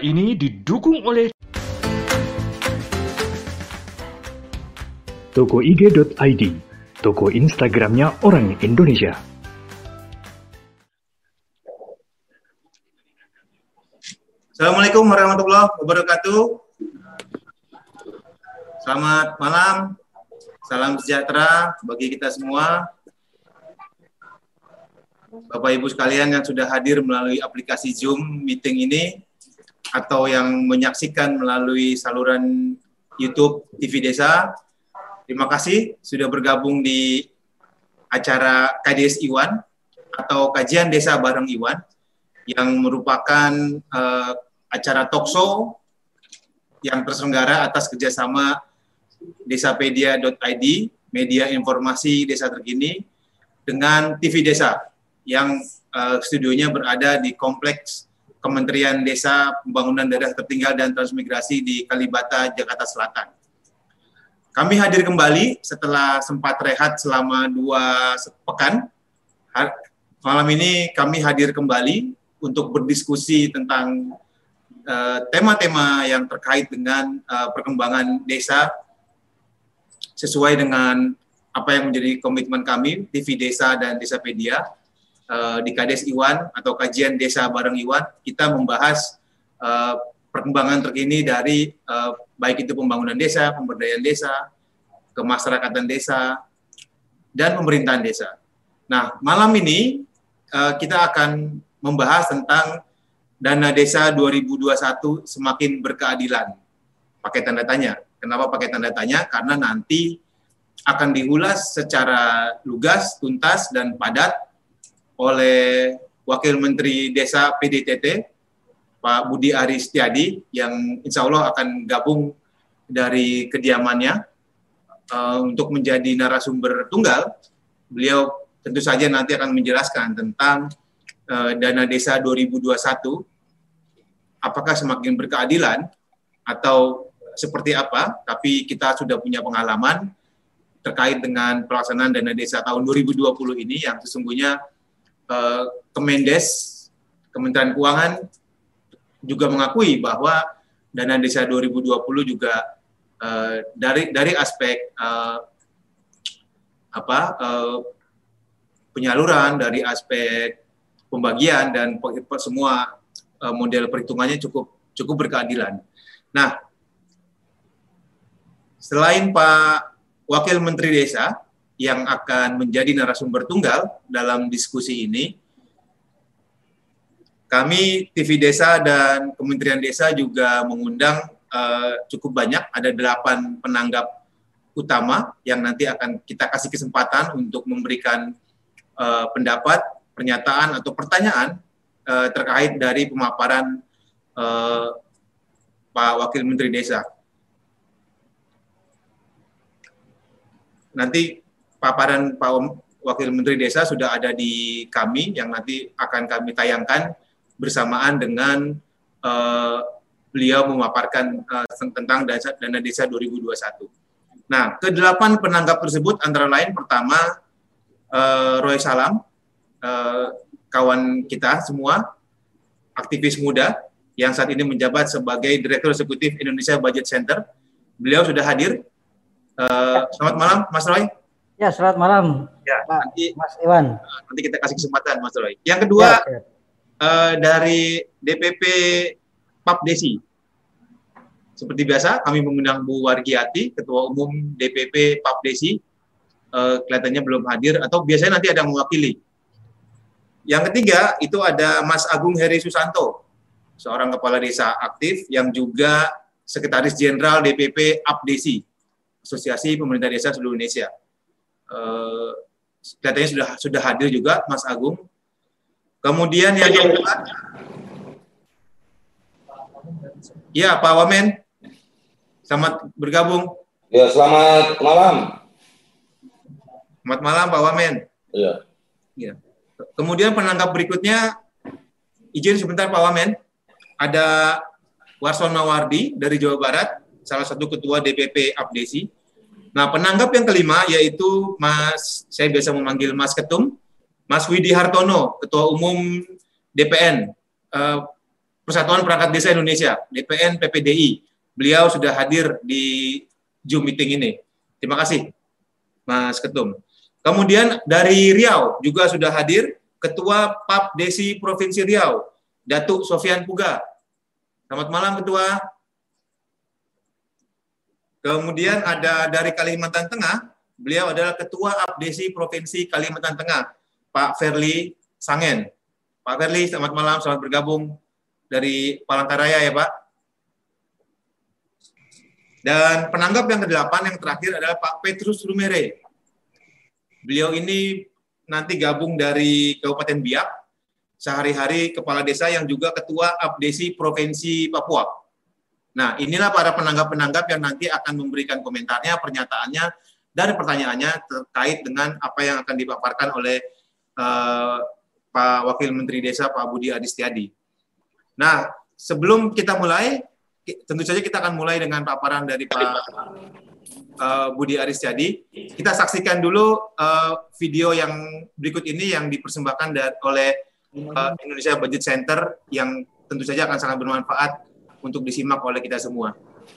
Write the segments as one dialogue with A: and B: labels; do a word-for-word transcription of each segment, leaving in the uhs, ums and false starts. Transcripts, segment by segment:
A: ini didukung oleh toko i g dot i d, toko Instagramnya orang Indonesia.
B: Assalamualaikum warahmatullahi wabarakatuh. Selamat malam, salam sejahtera bagi kita semua. Bapak Ibu sekalian yang sudah hadir melalui aplikasi Zoom meeting ini, atau yang menyaksikan melalui saluran YouTube T V Desa, terima kasih sudah bergabung di acara K D S Iwan atau Kajian Desa Bareng Iwan, yang merupakan uh, acara talkshow yang terselenggara atas kerjasama desapedia dot i d, media informasi desa terkini, dengan T V Desa yang uh, studionya berada di Kompleks Kementerian Desa, Pembangunan Daerah Tertinggal dan Transmigrasi di Kalibata, Jakarta Selatan. Kami hadir kembali setelah sempat rehat selama dua pekan. Malam ini kami hadir kembali untuk berdiskusi tentang tema-tema uh, yang terkait dengan uh, perkembangan desa sesuai dengan apa yang menjadi komitmen kami, T V Desa dan Desapedia. Uh, di K D S Iwan atau Kajian Desa Bareng Iwan, kita membahas uh, perkembangan terkini dari uh, baik itu pembangunan desa, pemberdayaan desa, kemasyarakatan desa, dan pemerintahan desa. Nah, malam ini uh, kita akan membahas tentang Dana Desa dua ribu dua puluh satu semakin berkeadilan. Pakai tanda tanya. Kenapa pakai tanda tanya? Karena nanti akan diulas secara lugas, tuntas, dan padat oleh Wakil Menteri Desa P D T T, Pak Budi Ari Setiadi, yang insya Allah akan gabung dari kediamannya uh, untuk menjadi narasumber tunggal. Beliau tentu saja nanti akan menjelaskan tentang Uh, Dana Desa dua ribu dua puluh satu, apakah semakin berkeadilan atau seperti apa, tapi kita sudah punya pengalaman terkait dengan pelaksanaan Dana Desa tahun dua ribu dua puluh ini, yang sesungguhnya uh, Kemendes, Kementerian Keuangan juga mengakui bahwa Dana Desa dua ribu dua puluh juga uh, dari dari aspek uh, apa uh, penyaluran, dari aspek pembagian dan semua uh, model perhitungannya cukup cukup berkeadilan. Nah, selain Pak Wakil Menteri Desa yang akan menjadi narasumber tunggal dalam diskusi ini, kami T V Desa dan Kementerian Desa juga mengundang uh, cukup banyak, ada delapan penanggap utama yang nanti akan kita kasih kesempatan untuk memberikan uh, pendapat, pernyataan atau pertanyaan uh, terkait dari pemaparan uh, Pak Wakil Menteri Desa. Nanti paparan Pak Wakil Menteri Desa sudah ada di kami, yang nanti akan kami tayangkan bersamaan dengan uh, beliau memaparkan uh, tentang Dana Desa dua ribu dua puluh satu. Nah, kedelapan penanggap tersebut antara lain pertama uh, Roy Salam, Uh, kawan kita semua, aktivis muda yang saat ini menjabat sebagai Direktur Eksekutif Indonesia Budget Center. Beliau sudah hadir. Uh, selamat malam, Mas Roy.
C: Ya, selamat malam,
B: ya,
C: Pak
B: nanti,
C: Mas Iwan.
B: Uh, nanti kita kasih kesempatan, Mas Roy. Yang kedua, ya, uh, dari D P P Papdesi. Seperti biasa, kami mengundang Bu Wargiati, Ketua Umum D P P Papdesi. Uh, kelihatannya belum hadir, atau biasanya nanti ada yang mewakili. Yang ketiga, itu ada Mas Agung Heri Susanto, seorang kepala desa aktif yang juga Sekretaris Jenderal D P P Apdesi, Asosiasi Pemerintah Desa Seluruh Indonesia. Eh, kelihatannya sudah sudah hadir juga Mas Agung. Kemudian yang keempat, ya Pak Wamen, selamat bergabung.
D: Ya, selamat malam.
B: Selamat malam Pak Wamen.
D: Iya.
B: Ya. Kemudian penanggap berikutnya, izin sebentar Pak Wamen, ada Warsono Wardi dari Jawa Barat, salah satu ketua D P P Apdesi. Nah, penanggap yang kelima yaitu Mas, saya biasa memanggil Mas Ketum, Mas Widi Hartono, Ketua Umum D P N. Uh, Persatuan Perangkat Desa Indonesia, D P N P P D I. Beliau sudah hadir di Zoom meeting ini. Terima kasih, Mas Ketum. Kemudian dari Riau juga sudah hadir Ketua Papdesi Provinsi Riau, Datuk Sofian Puga. Selamat malam, Ketua. Kemudian ada dari Kalimantan Tengah, beliau adalah Ketua Apdesi Provinsi Kalimantan Tengah, Pak Verli Sangen. Pak Verli, selamat malam, selamat bergabung dari Palangkaraya ya Pak. Dan penanggap yang kedelapan yang terakhir adalah Pak Petrus Rumere. Beliau ini nanti gabung dari Kabupaten Biak, sehari-hari kepala desa yang juga Ketua Apdesi Provinsi Papua. Nah, inilah para penanggap-penanggap yang nanti akan memberikan komentarnya, pernyataannya, dan pertanyaannya terkait dengan apa yang akan dipaparkan oleh uh, Pak Wakil Menteri Desa, Pak Budi Aristiadi. Nah, sebelum kita mulai, tentu saja kita akan mulai dengan paparan dari Pak uh, Budi Aristiadi. Kita saksikan dulu uh, video yang berikut ini yang dipersembahkan dari, oleh uh, Indonesia Budget Center yang tentu saja akan sangat bermanfaat untuk disimak oleh kita semua.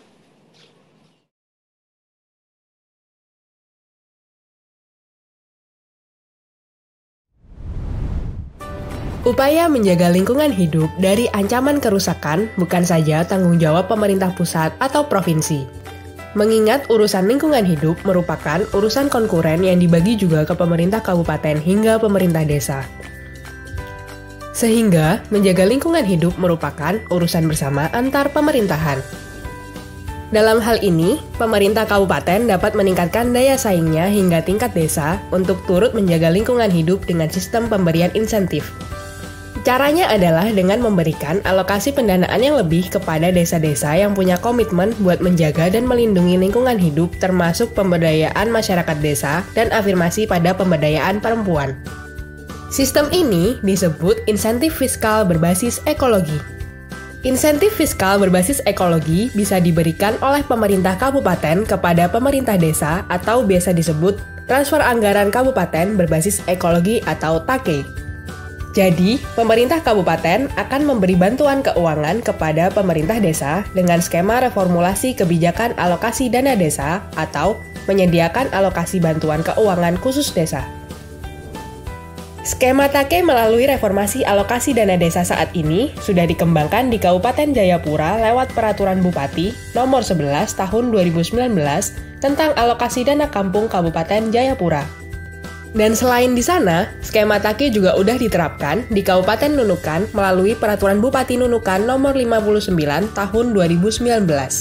E: Upaya menjaga lingkungan hidup dari ancaman kerusakan bukan saja tanggung jawab pemerintah pusat atau provinsi. Mengingat urusan lingkungan hidup merupakan urusan konkuren yang dibagi juga ke pemerintah kabupaten hingga pemerintah desa. Sehingga menjaga lingkungan hidup merupakan urusan bersama antar pemerintahan. Dalam hal ini, pemerintah kabupaten dapat meningkatkan daya saingnya hingga tingkat desa untuk turut menjaga lingkungan hidup dengan sistem pemberian insentif. Caranya adalah dengan memberikan alokasi pendanaan yang lebih kepada desa-desa yang punya komitmen buat menjaga dan melindungi lingkungan hidup termasuk pemberdayaan masyarakat desa dan afirmasi pada pemberdayaan perempuan. Sistem ini disebut insentif fiskal berbasis ekologi. Insentif fiskal berbasis ekologi bisa diberikan oleh pemerintah kabupaten kepada pemerintah desa atau biasa disebut transfer anggaran kabupaten berbasis ekologi atau T A K E. Jadi, pemerintah kabupaten akan memberi bantuan keuangan kepada pemerintah desa dengan skema reformulasi kebijakan alokasi dana desa atau menyediakan alokasi bantuan keuangan khusus desa. Skema T A K E melalui reformasi alokasi dana desa saat ini sudah dikembangkan di Kabupaten Jayapura lewat Peraturan Bupati Nomor sebelas Tahun dua ribu sembilan belas tentang alokasi dana kampung Kabupaten Jayapura. Dan selain di sana, skema T A K E juga udah diterapkan di Kabupaten Nunukan melalui Peraturan Bupati Nunukan Nomor lima puluh sembilan Tahun dua ribu sembilan belas.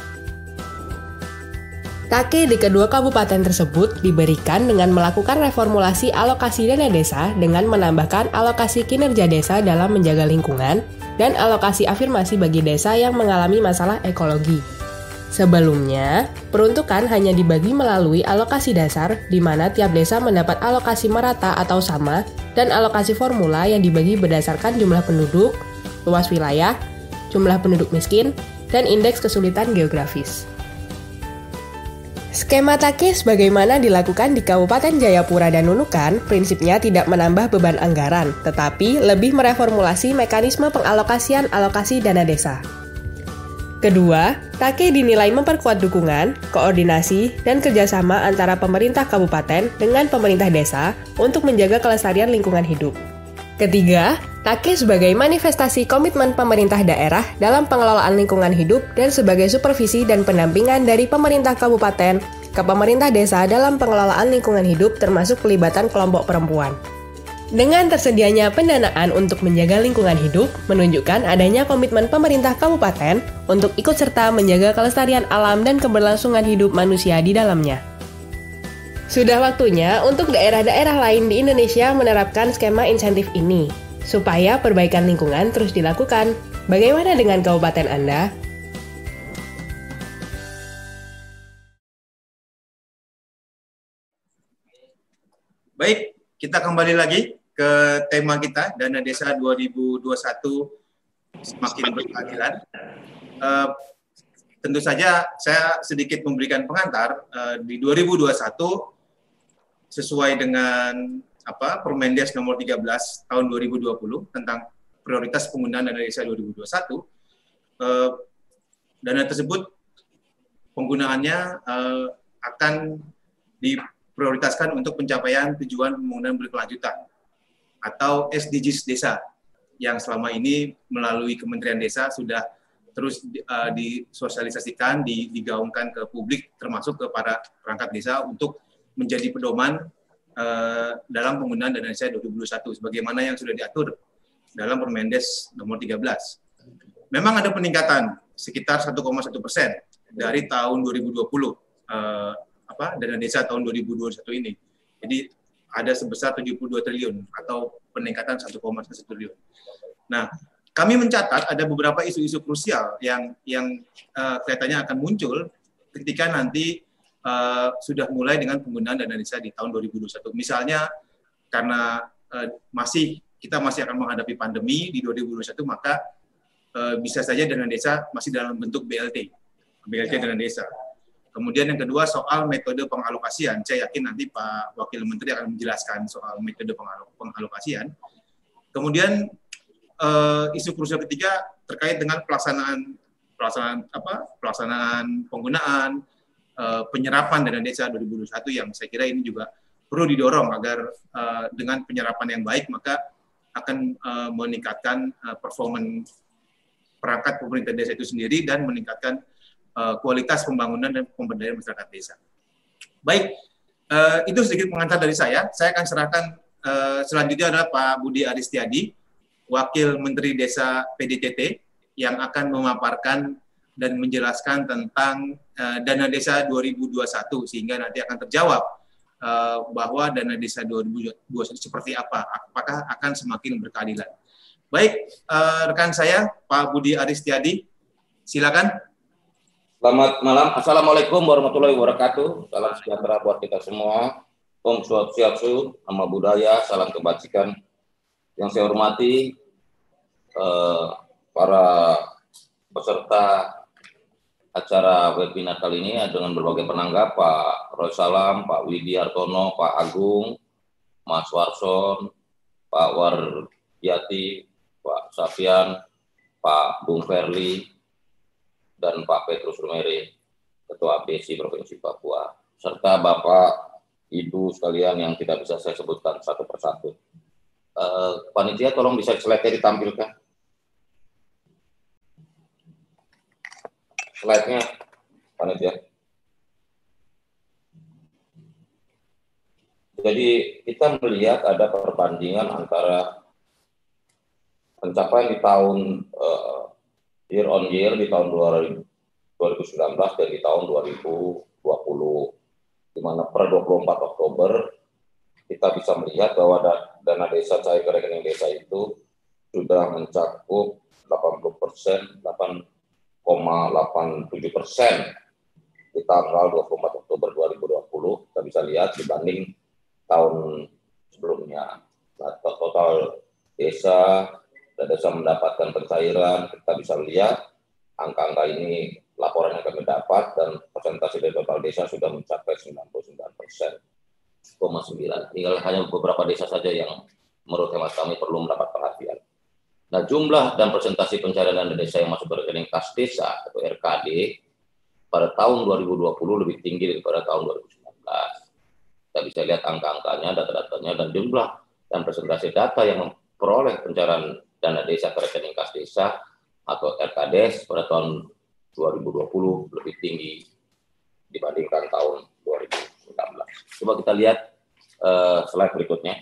E: T A K E di kedua kabupaten tersebut diberikan dengan melakukan reformulasi alokasi dana desa dengan menambahkan alokasi kinerja desa dalam menjaga lingkungan dan alokasi afirmasi bagi desa yang mengalami masalah ekologi. Sebelumnya, peruntukan hanya dibagi melalui alokasi dasar di mana tiap desa mendapat alokasi merata atau sama dan alokasi formula yang dibagi berdasarkan jumlah penduduk, luas wilayah, jumlah penduduk miskin, dan indeks kesulitan geografis. Skema T A K E sebagaimana dilakukan di Kabupaten Jayapura dan Nunukan, prinsipnya tidak menambah beban anggaran, tetapi lebih mereformulasi mekanisme pengalokasian alokasi dana desa. Kedua, T A K E dinilai memperkuat dukungan, koordinasi, dan kerjasama antara pemerintah kabupaten dengan pemerintah desa untuk menjaga kelestarian lingkungan hidup. Ketiga, T A K E sebagai manifestasi komitmen pemerintah daerah dalam pengelolaan lingkungan hidup dan sebagai supervisi dan pendampingan dari pemerintah kabupaten ke pemerintah desa dalam pengelolaan lingkungan hidup termasuk pelibatan kelompok perempuan. Dengan tersedianya pendanaan untuk menjaga lingkungan hidup, menunjukkan adanya komitmen pemerintah kabupaten untuk ikut serta menjaga kelestarian alam dan keberlangsungan hidup manusia di dalamnya. Sudah waktunya untuk daerah-daerah lain di Indonesia menerapkan skema insentif ini, supaya perbaikan lingkungan terus dilakukan. Bagaimana dengan kabupaten Anda?
B: Baik, kita kembali lagi ke tema kita, Dana Desa dua ribu dua puluh satu semakin berkeadilan. Uh, tentu saja saya sedikit memberikan pengantar uh, di dua ribu dua puluh satu sesuai dengan apa Permendes nomor tiga belas tahun dua ribu dua puluh tentang prioritas penggunaan dana desa dua ribu dua puluh satu, eh, dana tersebut penggunaannya eh, akan diprioritaskan untuk pencapaian tujuan pembangunan berkelanjutan atau S D Gs desa yang selama ini melalui Kementerian Desa sudah terus uh, disosialisasikan, digaungkan ke publik, termasuk ke para perangkat desa untuk menjadi pedoman uh, dalam penggunaan dana desa dua ribu dua puluh satu, sebagaimana yang sudah diatur dalam Permendes nomor tiga belas. Memang ada peningkatan sekitar satu koma satu persen dari tahun dua ribu dua puluh, uh, apa dana desa tahun dua ribu dua puluh satu ini. Jadi ada sebesar tujuh puluh dua triliun atau peningkatan satu koma satu triliun. Nah, kami mencatat ada beberapa isu-isu krusial yang yang uh, kelihatannya akan muncul ketika nanti uh, sudah mulai dengan penggunaan dana desa di tahun dua ribu dua puluh satu. Misalnya karena uh, masih kita masih akan menghadapi pandemi di dua ribu dua puluh satu, maka uh, bisa saja dana desa masih dalam bentuk B L T, B L T dana desa. Kemudian yang kedua soal metode pengalokasian. Saya yakin nanti Pak Wakil Menteri akan menjelaskan soal metode pengalokasian. Kemudian uh, isu krusial ketiga terkait dengan pelaksanaan pelaksanaan apa pelaksanaan penggunaan uh, penyerapan dana desa dua ribu dua puluh satu yang saya kira ini juga perlu didorong agar uh, dengan penyerapan yang baik maka akan uh, meningkatkan uh, performan perangkat pemerintah desa itu sendiri dan meningkatkan uh, kualitas pembangunan dan pemberdayaan masyarakat desa. Baik, uh, itu sedikit pengantar dari saya. Saya akan serahkan uh, selanjutnya adalah Pak Budi Aristiadi, Wakil Menteri Desa P D T T, yang akan memaparkan dan menjelaskan tentang uh, dana desa dua ribu dua puluh satu sehingga nanti akan terjawab uh, bahwa dana desa dua ribu dua puluh satu seperti apa, apakah akan semakin berkeadilan. Baik, uh, rekan saya Pak Budi Aristiadi, silakan.
D: Selamat malam, Assalamualaikum warahmatullahi wabarakatuh. Salam sejahtera buat kita semua. Om Swastiastu, Nama Budaya, salam kebajikan. Yang saya hormati eh, para peserta acara webinar kali ini dengan berbagai penanggap, Pak Roy Salam, Pak Widi Hartono, Pak Agung, Mas Warson, Pak Waryati, Pak Safian, Pak Bung Ferli, dan Pak Petrus Rumeri, Ketua A B S I Provinsi Papua, serta Bapak, Ibu sekalian yang tidak bisa saya sebutkan satu persatu. Uh, panitia tolong bisa slide-nya ditampilkan. Slide-nya, panitia. Jadi kita melihat ada perbandingan antara pencapaian di tahun uh, year on year di tahun dua ribu sembilan belas dan di tahun dua ribu dua puluh, di mana per dua puluh empat Oktober kita bisa melihat bahwa dana desa cair ke rekening desa itu sudah mencakup delapan puluh persen, delapan koma delapan tujuh persen di tanggal dua puluh empat Oktober dua ribu dua puluh. Kita bisa lihat dibanding tahun sebelumnya. Nah, total desa dan desa mendapatkan pencairan, kita bisa lihat angka-angka ini laporan yang kami dapat dan persentase dari total desa sudah mencapai sembilan puluh sembilan persen koma sembilan. Tinggal hanya beberapa desa saja yang menurut hemat kami perlu mendapat perhatian. Nah, jumlah dan persentase pencairan dana desa yang masuk ke rekening kas desa atau R K D pada tahun dua ribu dua puluh lebih tinggi daripada tahun dua ribu sembilan belas. Kita bisa lihat angka-angkanya, data-datanya, dan jumlah dan persentase data yang memperoleh pencairan dana desa ke rekening kas desa atau R K D S pada tahun dua ribu dua puluh lebih tinggi dibandingkan tahun dua ribu sembilan belas. Coba kita lihat uh, slide berikutnya.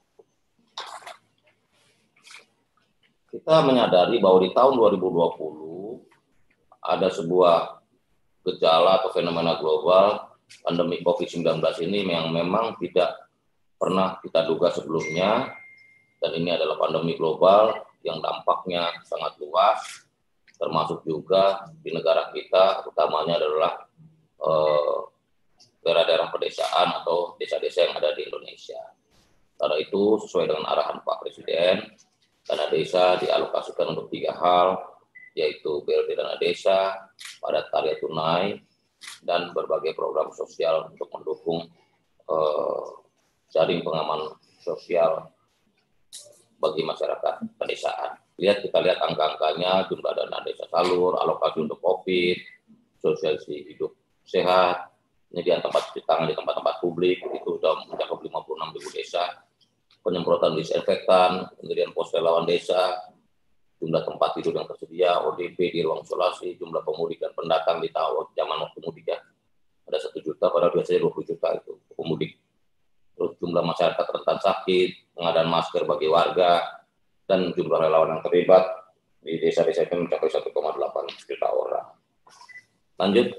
D: Kita menyadari bahwa di tahun dua ribu dua puluh ada sebuah gejala atau fenomena global pandemi covid sembilan belas ini yang memang tidak pernah kita duga sebelumnya, dan ini adalah pandemi global yang dampaknya sangat luas, termasuk juga di negara kita, utamanya adalah eh, daerah-daerah pedesaan atau desa-desa yang ada di Indonesia. Karena itu, sesuai dengan arahan Pak Presiden, dana desa dialokasikan untuk tiga hal, yaitu B L T dana desa, padat karya tunai, dan berbagai program sosial untuk mendukung eh, jaring pengaman sosial bagi masyarakat pedesaan. lihat kita lihat angka-angkanya, jumlah dana desa salur, alokasi untuk COVID, sosialisasi hidup sehat, penyediaan tempat cuci tangan di tempat-tempat publik itu sudah mencakup lima puluh enam ribu desa, penyemprotan disinfektan, pendirian pos relawan desa, jumlah tempat tidur yang tersedia, O D P di ruang isolasi, jumlah pemudik dan pendatang di tahun zaman waktu mudik ya, ada satu juta, padahal biasanya dua puluh juta itu pemudik. Terus jumlah masyarakat rentan sakit, pengadaan masker bagi warga, dan jumlah relawan yang terlibat di desa-desa itu mencapai satu koma delapan juta orang. Lanjut.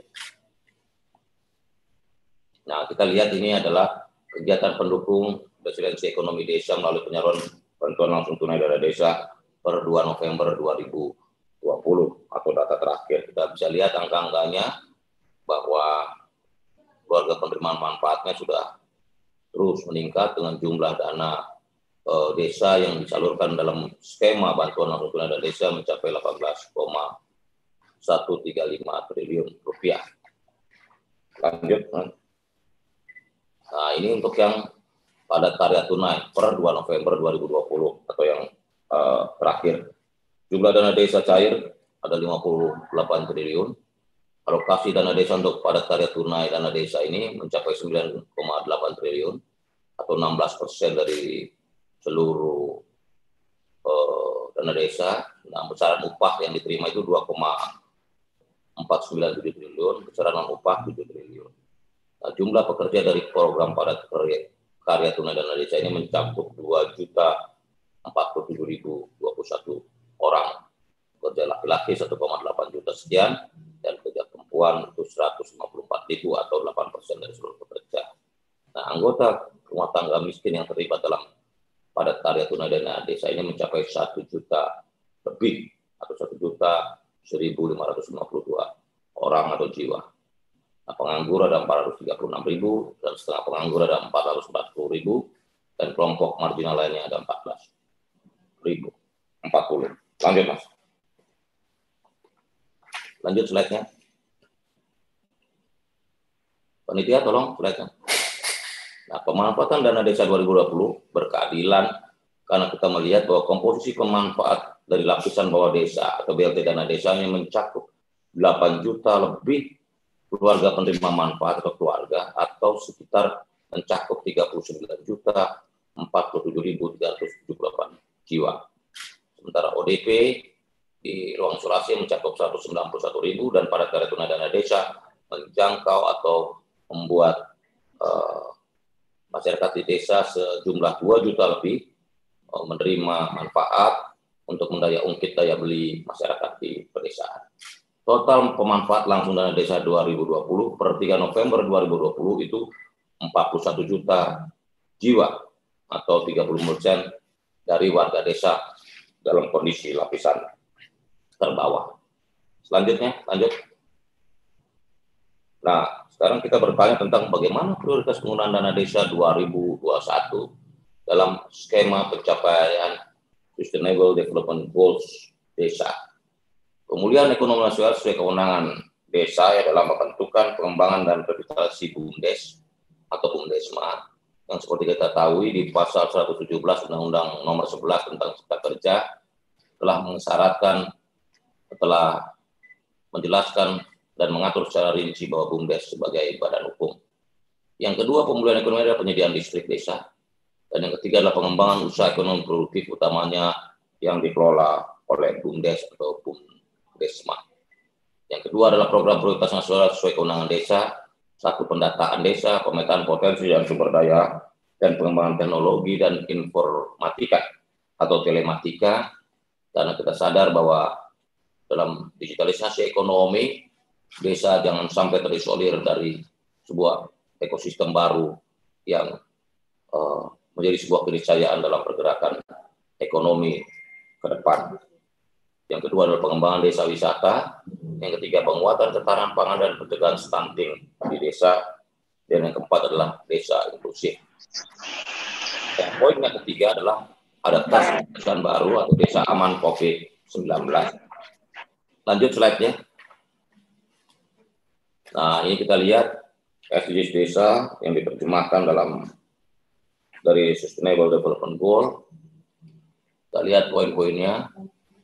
D: Nah, kita lihat ini adalah kegiatan pendukung resiliensi ekonomi desa melalui penyaluran bantuan langsung tunai dana desa per dua November dua ribu dua puluh atau data terakhir. Kita bisa lihat angka-angkanya bahwa keluarga penerimaan manfaatnya sudah terus meningkat dengan jumlah dana e, desa yang disalurkan dalam skema bantuan langsung tunai dana desa mencapai delapan belas koma seratus tiga puluh lima triliun rupiah. Lanjut. Nah, ini untuk yang padat karya tunai per dua November dua ribu dua puluh atau yang uh, terakhir. Jumlah dana desa cair ada lima puluh delapan triliun. Alokasi dana desa untuk padat karya tunai dana desa ini mencapai sembilan koma delapan triliun atau enam belas persen dari seluruh uh, dana desa. Nah, besaran upah yang diterima itu dua koma empat sembilan tujuh triliun, besaran non upah tujuh triliun. Nah, jumlah pekerja dari program padat karya, karya tunai dana desa ini mencakup dua juta empat puluh tujuh ribu dua puluh satu orang. Pekerja laki-laki satu koma delapan juta sekian, dan pekerja perempuan itu seratus lima puluh empat ribu atau delapan persen dari seluruh pekerja. Nah, anggota rumah tangga miskin yang terlibat dalam padat karya tunai dana desa ini mencapai satu juta lebih atau satu juta seribu lima ratus lima puluh dua orang atau jiwa. Nah, penganggur ada empat ratus tiga puluh enam ribu, dan setengah penganggur ada empat ratus empat puluh ribu, dan kelompok marginal lainnya ada empat belas ribu empat puluh. Lanjut, Mas. Lanjut slide-nya. Panitia, tolong slide-nya. Nah, pemanfaatan dana desa dua ribu dua puluh berkeadilan karena kita melihat bahwa komposisi pemanfaat dari lapisan bawah desa atau B L T dana desanya mencakup delapan juta lebih keluarga penerima manfaat atau keluarga, atau sekitar mencakup tiga puluh sembilan juta empat puluh tujuh ribu tiga ratus tujuh puluh delapan jiwa. Sementara O D P di ruang isolasi mencakup seratus sembilan puluh satu ribu, dan padat karya tunai dana desa menjangkau atau membuat uh, masyarakat di desa sejumlah dua juta lebih uh, menerima manfaat untuk mendaya ungkit daya beli masyarakat di pedesaan. Total pemanfaat langsung dana desa dua ribu dua puluh per tiga November dua ribu dua puluh itu empat puluh satu juta jiwa atau tiga puluh persen dari warga desa dalam kondisi lapisan terbawah. Selanjutnya, lanjut. Nah, sekarang kita bertanya tentang bagaimana prioritas penggunaan dana desa dua ribu dua puluh satu dalam skema pencapaian Sustainable Development Goals desa. Pemulihan ekonomi nasional sesuai kewenangan desa ya dalam pembentukan, pengembangan, dan revitalisasi BUMDes atau BUMDesma yang seperti kita tahu di pasal seratus tujuh belas Undang-Undang Nomor sebelas tentang Cipta Kerja telah mengisyaratkan, telah menjelaskan dan mengatur secara rinci bahwa BUMDes sebagai badan hukum. Yang kedua, pemulihan ekonomi adalah penyediaan listrik desa. Dan yang ketiga adalah pengembangan usaha ekonomi produktif utamanya yang dikelola oleh BUMDes atau BUMDesma. Yang kedua adalah program prioritas nasional sesuai kewenangan desa, satu pendataan desa, pemetaan potensi dan sumber daya, dan pengembangan teknologi dan informatika atau telematika, karena kita sadar bahwa dalam digitalisasi ekonomi, desa jangan sampai terisolir dari sebuah ekosistem baru yang uh, menjadi sebuah keniscayaan dalam pergerakan ekonomi ke depan. Yang kedua adalah pengembangan desa wisata. Yang ketiga, penguatan ketahanan pangan dan pencegahan stunting di desa. Dan yang keempat adalah desa inklusif. Dan poin yang ketiga adalah adaptasi kebiasaan baru atau desa aman COVID sembilan belas. Lanjut slide-nya. Nah, ini kita lihat S D Gs desa yang diterjemahkan dalam dari Sustainable Development Goal. Kita lihat poin-poinnya.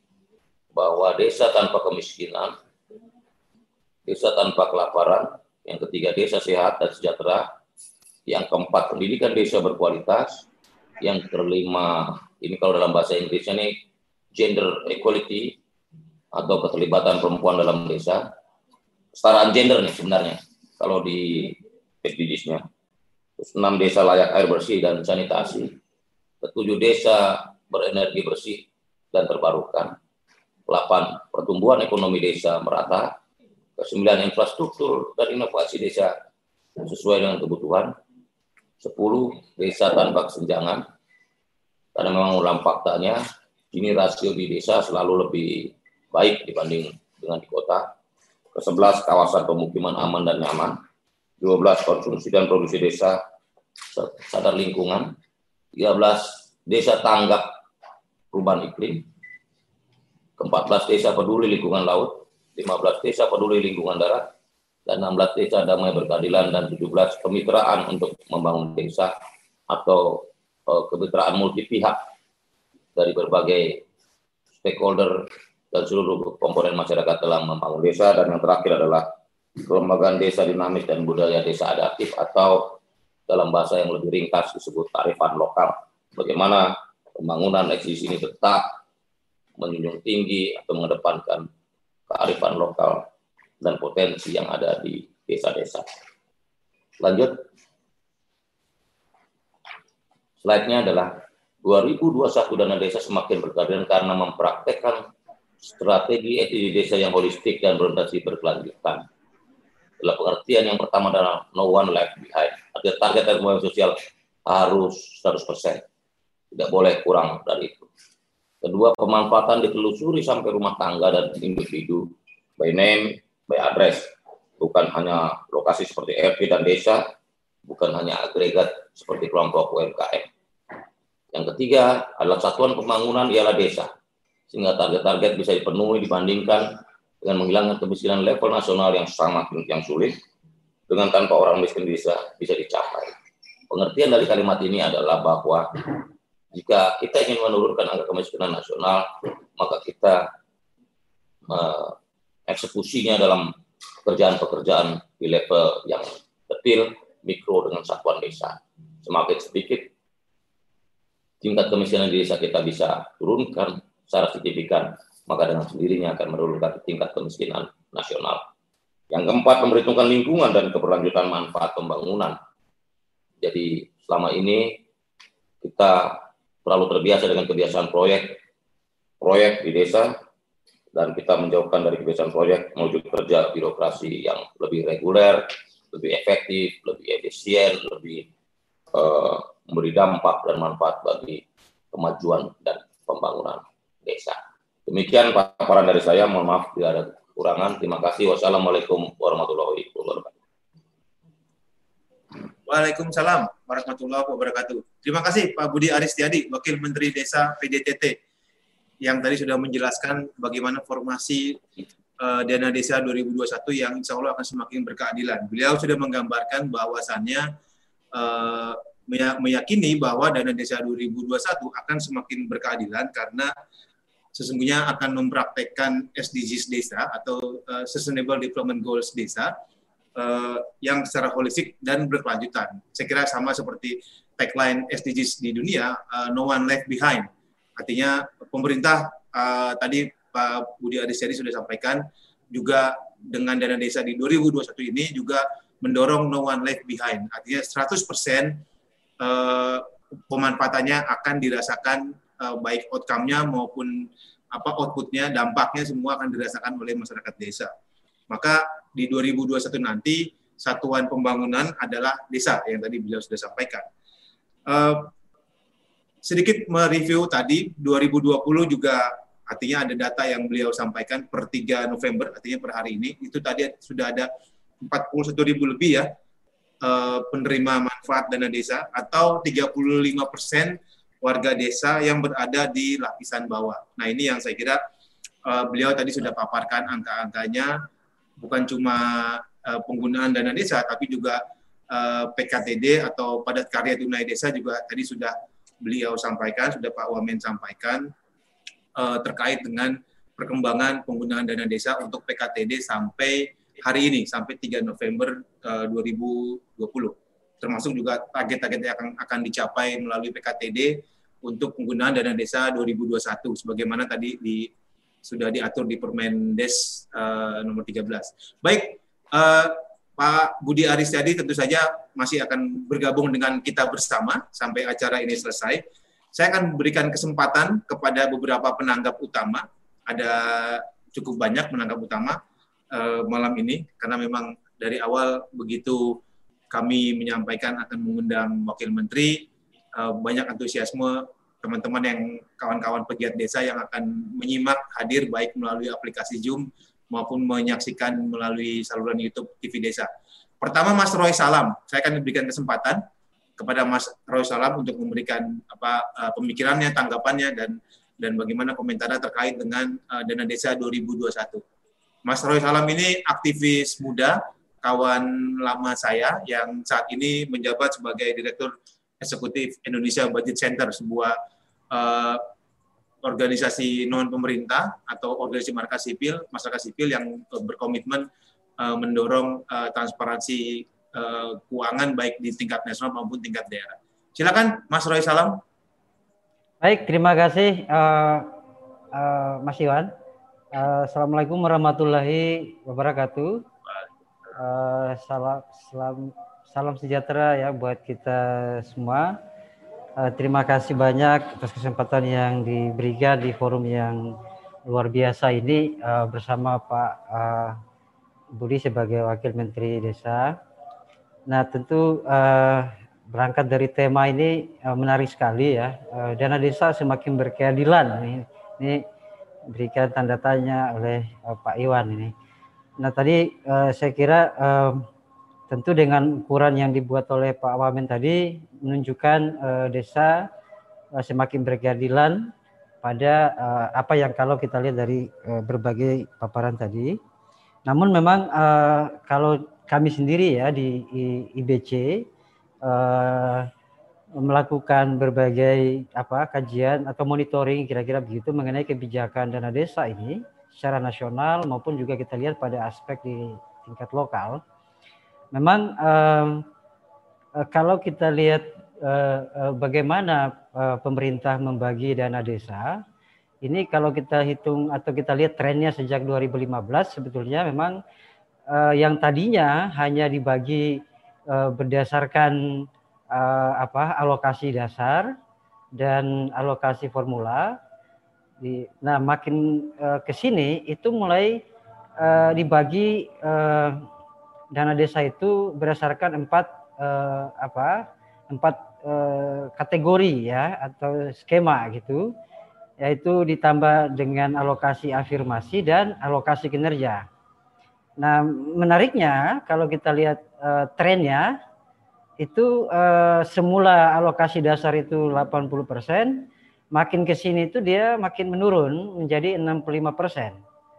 D: bahwa desa tanpa kemiskinan, desa tanpa kelaparan, yang ketiga desa sehat dan sejahtera, yang keempat pendidikan desa berkualitas, yang kelima ini kalau dalam bahasa Inggrisnya ini gender equality atau keterlibatan perempuan dalam desa, kesetaraan gender nih sebenarnya kalau di S D Gs-nya. Terus enam desa layak air bersih dan sanitasi, ketujuh desa berenergi bersih dan terbarukan, delapan pertumbuhan ekonomi desa merata, kesembilan infrastruktur dan inovasi desa sesuai dengan kebutuhan, sepuluh desa tanpa kesenjangan, karena memang dalam faktanya ini rasio di desa selalu lebih baik dibanding dengan di kota, kesebelas kawasan pemukiman aman dan nyaman, dua belas konsumsi dan produksi desa sadar lingkungan, tiga belas desa tanggap perubahan iklim, keempat belas desa peduli lingkungan laut, lima belas desa peduli lingkungan darat, dan enam belas desa damai berkeadilan, dan tujuh belas kemitraan untuk membangun desa atau uh, kemitraan multi pihak dari berbagai stakeholder dan seluruh komponen masyarakat dalam membangun desa. Dan yang terakhir adalah kelembagaan desa dinamis dan budaya desa adaptif, atau dalam bahasa yang lebih ringkas disebut kearifan lokal. Bagaimana pembangunan eksisi ini tetap menjunjung tinggi atau mengedepankan kearifan lokal dan potensi yang ada di desa-desa. Lanjut. Slide-nya adalah dua ribu dua puluh satu dana desa semakin berkeadilan karena mempraktekkan strategi S D G desa yang holistik dan berorientasi berkelanjutan. Dalam pengertian yang pertama adalah no one left behind. Artinya target dan pembangunan sosial harus seratus persen. Tidak boleh kurang dari itu. Kedua, pemanfaatan ditelusuri sampai rumah tangga dan individu by name, by address. Bukan hanya lokasi seperti R T dan desa, bukan hanya agregat seperti kelompok U M K M. Yang ketiga adalah satuan pembangunan ialah desa, sehingga target-target bisa dipenuhi dibandingkan dengan menghilangkan kemiskinan level nasional yang sangat yang sulit, dengan tanpa orang miskin desa bisa dicapai. Pengertian dari kalimat ini adalah bahwa jika kita ingin menurunkan angka kemiskinan nasional, maka kita uh, eksekusinya dalam pekerjaan-pekerjaan di level yang detail, mikro dengan satuan desa. Semakin sedikit tingkat kemiskinan di desa kita bisa turunkan secara signifikan, maka dengan sendirinya akan menurunkan tingkat kemiskinan nasional. Yang keempat, memperhitungkan lingkungan dan keberlanjutan manfaat pembangunan. Jadi selama ini kita terlalu terbiasa dengan kebiasaan proyek, proyek di desa, dan kita menjauhkan dari kebiasaan proyek menuju kerja birokrasi yang lebih reguler, lebih efektif, lebih efisien, lebih uh, memberi dampak dan manfaat bagi kemajuan dan pembangunan desa. Demikian paparan dari saya, mohon maaf tidak ada kekurangan. Terima kasih. Wassalamualaikum warahmatullahi wabarakatuh.
B: Waalaikumsalam warahmatullahi wabarakatuh. Terima kasih Pak Budi Aristiadi, Wakil Menteri Desa P D T T, yang tadi sudah menjelaskan bagaimana formasi uh, dana desa dua ribu dua puluh satu yang insya Allah akan semakin berkeadilan. Beliau sudah menggambarkan bahwasannya uh, meyakini bahwa dana desa dua ribu dua puluh satu akan semakin berkeadilan karena sesungguhnya akan mempraktekkan S D Gs desa atau uh, Sustainable Development Goals desa uh, yang secara holistik dan berkelanjutan. Saya kira sama seperti tagline S D Gs di dunia, uh, no one left behind. Artinya pemerintah uh, tadi Pak Budi Aristiadi sudah sampaikan juga dengan dana desa di dua ribu dua puluh satu ini juga mendorong no one left behind. Artinya seratus persen uh, pemanfaatannya akan dirasakan uh, baik outcome-nya maupun apa output-nya, dampaknya semua akan dirasakan oleh masyarakat desa. Maka di dua ribu dua puluh satu nanti satuan pembangunan adalah desa yang tadi beliau sudah sampaikan. Uh, sedikit mereview tadi dua ribu dua puluh juga artinya ada data yang beliau sampaikan per tiga November, artinya per hari ini itu tadi sudah ada empat puluh satu ribu lebih ya uh, penerima manfaat dana desa atau tiga puluh lima persen warga desa yang berada di lapisan bawah. Nah ini yang saya kira uh, beliau tadi sudah paparkan angka-angkanya, bukan cuma uh, penggunaan dana desa, tapi juga uh, P K T D atau padat karya tunai desa juga tadi sudah beliau sampaikan, sudah Pak Wamen sampaikan uh, terkait dengan perkembangan penggunaan dana desa untuk P K T D sampai hari ini, sampai tiga November uh, dua ribu dua puluh. Termasuk juga target-target yang akan, akan dicapai melalui P K T D untuk penggunaan dana desa dua ribu dua puluh satu, sebagaimana tadi di, sudah diatur di Permendes uh, nomor tiga belas. Baik, uh, Pak Budi Aristiadi tentu saja masih akan bergabung dengan kita bersama sampai acara ini selesai. Saya akan berikan kesempatan kepada beberapa penanggap utama. Ada cukup banyak penanggap utama uh, malam ini, karena memang dari awal begitu kami menyampaikan akan mengundang Wakil Menteri, uh, banyak antusiasme teman-teman yang kawan-kawan pegiat desa yang akan menyimak hadir baik melalui aplikasi Zoom maupun menyaksikan melalui saluran YouTube T V Desa. Pertama, Mas Roy Salam. Saya akan berikan kesempatan kepada Mas Roy Salam untuk memberikan apa uh, pemikirannya, tanggapannya, dan dan bagaimana komentarnya terkait dengan uh, dana desa dua ribu dua puluh satu. Mas Roy Salam ini aktivis muda, kawan lama saya yang saat ini menjabat sebagai Direktur Eksekutif Indonesia Budget Center, sebuah uh, organisasi non-pemerintah atau organisasi masyarakat sipil, masyarakat sipil yang uh, berkomitmen uh, mendorong uh, transparansi uh, keuangan baik di tingkat nasional maupun tingkat daerah. Silakan Mas Roy Salam.
C: Baik, terima kasih uh, uh, Mas Iwan. Uh, Assalamualaikum warahmatullahi wabarakatuh. Uh, salam, salam, salam sejahtera ya buat kita semua. Uh, terima kasih banyak atas kesempatan yang diberikan di forum yang luar biasa ini uh, bersama Pak uh, Budi sebagai Wakil Menteri Desa. Nah, tentu uh, berangkat dari tema ini uh, menarik sekali ya, uh, dana desa semakin berkeadilan. Ini, ini berikan tanda tanya oleh uh, Pak Iwan ini. Nah tadi uh, saya kira uh, tentu dengan ukuran yang dibuat oleh Pak Wamen tadi menunjukkan uh, desa uh, semakin berkeadilan pada uh, apa yang kalau kita lihat dari uh, berbagai paparan tadi. Namun memang uh, kalau kami sendiri ya di I B C Uh, melakukan berbagai apa kajian atau monitoring kira-kira begitu mengenai kebijakan dana desa ini secara nasional maupun juga kita lihat pada aspek di tingkat lokal. Memang uh, uh, kalau kita lihat uh, uh, bagaimana uh, pemerintah membagi dana desa ini, kalau kita hitung atau kita lihat trennya sejak dua ribu lima belas sebetulnya memang uh, yang tadinya hanya dibagi berdasarkan uh, apa alokasi dasar dan alokasi formula. Di, nah makin uh, ke sini itu mulai uh, dibagi uh, dana desa itu berdasarkan empat uh, apa empat uh, kategori ya atau skema gitu, yaitu ditambah dengan alokasi afirmasi dan alokasi kinerja. Nah, menariknya kalau kita lihat uh, trennya itu uh, semula alokasi dasar itu delapan puluh persen, makin ke sini itu dia makin menurun menjadi enam puluh lima persen.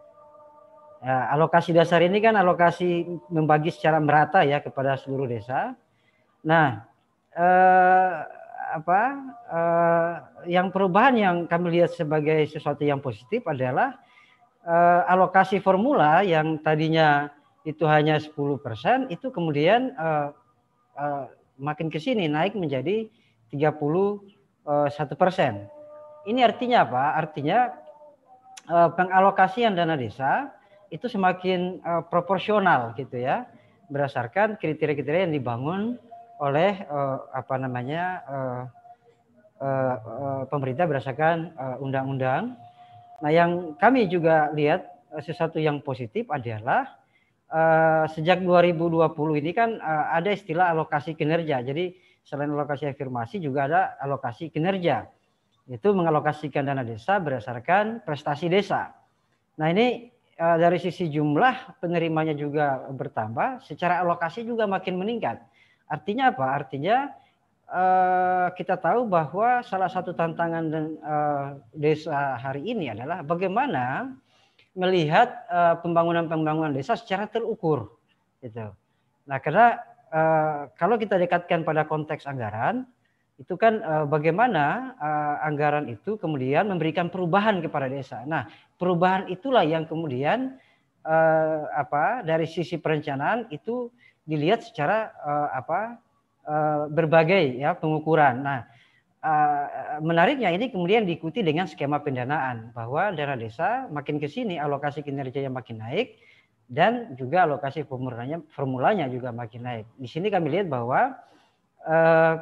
C: Ya, alokasi dasar ini kan alokasi membagi secara merata ya kepada seluruh desa. Nah, uh, apa uh, yang perubahan yang kami lihat sebagai sesuatu yang positif adalah Uh, alokasi formula yang tadinya itu hanya sepuluh persen itu kemudian uh, uh, makin ke sini naik menjadi tiga puluh satu persen. Ini artinya apa? Artinya uh, pengalokasian dana desa itu semakin uh, proporsional gitu ya, berdasarkan kriteria-kriteria yang dibangun oleh uh, apa namanya uh, uh, uh, pemerintah berdasarkan uh, undang-undang. Nah, yang kami juga lihat uh, sesuatu yang positif adalah uh, sejak dua ribu dua puluh ini kan uh, ada istilah alokasi kinerja. Jadi selain alokasi afirmasi juga ada alokasi kinerja. Itu mengalokasikan dana desa berdasarkan prestasi desa. Nah, ini uh, dari sisi jumlah penerimanya juga bertambah, secara alokasi juga makin meningkat. Artinya apa? Artinya Uh, kita tahu bahwa salah satu tantangan dan, uh, desa hari ini adalah bagaimana melihat uh, pembangunan-pembangunan desa secara terukur, gitu. Nah, karena uh, kalau kita dekatkan pada konteks anggaran, itu kan uh, bagaimana uh, anggaran itu kemudian memberikan perubahan kepada desa. Nah, perubahan itulah yang kemudian uh, apa dari sisi perencanaan itu dilihat secara uh, apa uh, berbagai ya pengukuran. Nah, uh, menariknya ini kemudian diikuti dengan skema pendanaan bahwa dana desa makin ke sini alokasi kinerjanya makin naik dan juga alokasi formulanya formulanya juga makin naik. Di sini kami lihat bahwa uh,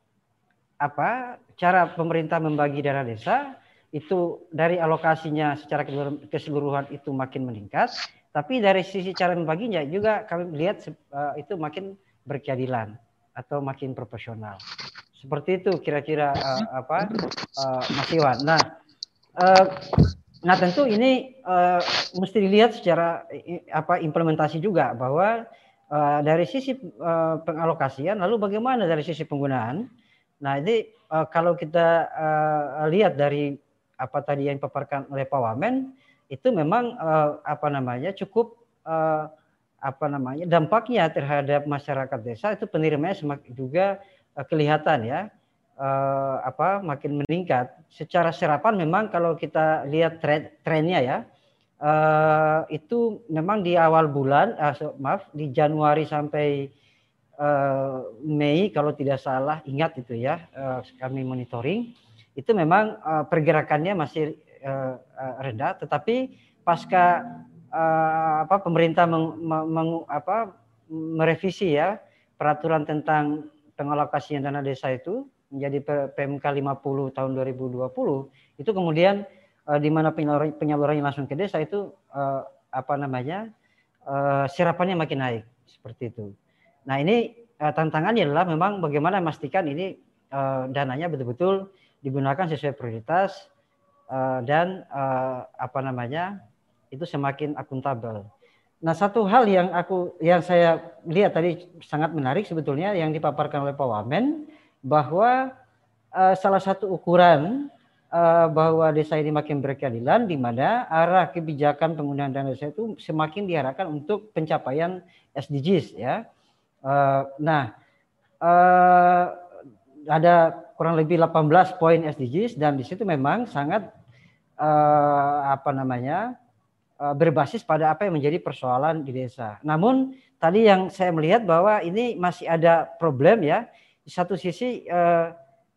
C: apa cara pemerintah membagi dana desa itu dari alokasinya secara keseluruhan itu makin meningkat, tapi dari sisi cara membaginya juga kami lihat uh, itu makin berkeadilan atau makin proporsional. Seperti itu kira-kira uh, apa uh, Mas Iwan. Nah, uh, nah tentu ini uh, mesti dilihat secara apa implementasi juga bahwa uh, dari sisi uh, pengalokasian, lalu bagaimana dari sisi penggunaan. Nah ini uh, kalau kita uh, lihat dari apa tadi yang dipaparkan oleh Pak Wamen itu memang uh, apa namanya cukup uh, apa namanya dampaknya terhadap masyarakat desa itu penerimanya semakin juga uh, kelihatan ya uh, apa makin meningkat. Secara serapan memang kalau kita lihat tren, trennya ya uh, itu memang di awal bulan uh, so, maaf di Januari sampai Uh, Mei kalau tidak salah ingat itu ya uh, kami monitoring itu memang uh, pergerakannya masih uh, uh, rendah, tetapi pasca uh, apa pemerintah meng, meng, apa, merevisi ya peraturan tentang pengalokasian dana desa itu menjadi P M K lima puluh tahun dua ribu dua puluh itu kemudian uh, di mana penyaluran, penyalurannya langsung ke desa itu uh, apa namanya uh, serapannya makin naik seperti itu. Nah ini uh, tantangannya adalah memang bagaimana memastikan ini uh, dananya betul-betul digunakan sesuai prioritas uh, dan uh, apa namanya itu semakin akuntabel. Nah satu hal yang aku yang saya lihat tadi sangat menarik sebetulnya yang dipaparkan oleh Pak Wamen bahwa uh, salah satu ukuran uh, bahwa desa ini makin berkeadilan di mana arah kebijakan penggunaan dana desa itu semakin diarahkan untuk pencapaian S D Gs ya. Uh, nah, uh, ada kurang lebih delapan belas poin S D Gs dan di situ memang sangat uh, apa namanya uh, berbasis pada apa yang menjadi persoalan di desa. Namun tadi yang saya melihat bahwa ini masih ada problem ya. Di satu sisi uh,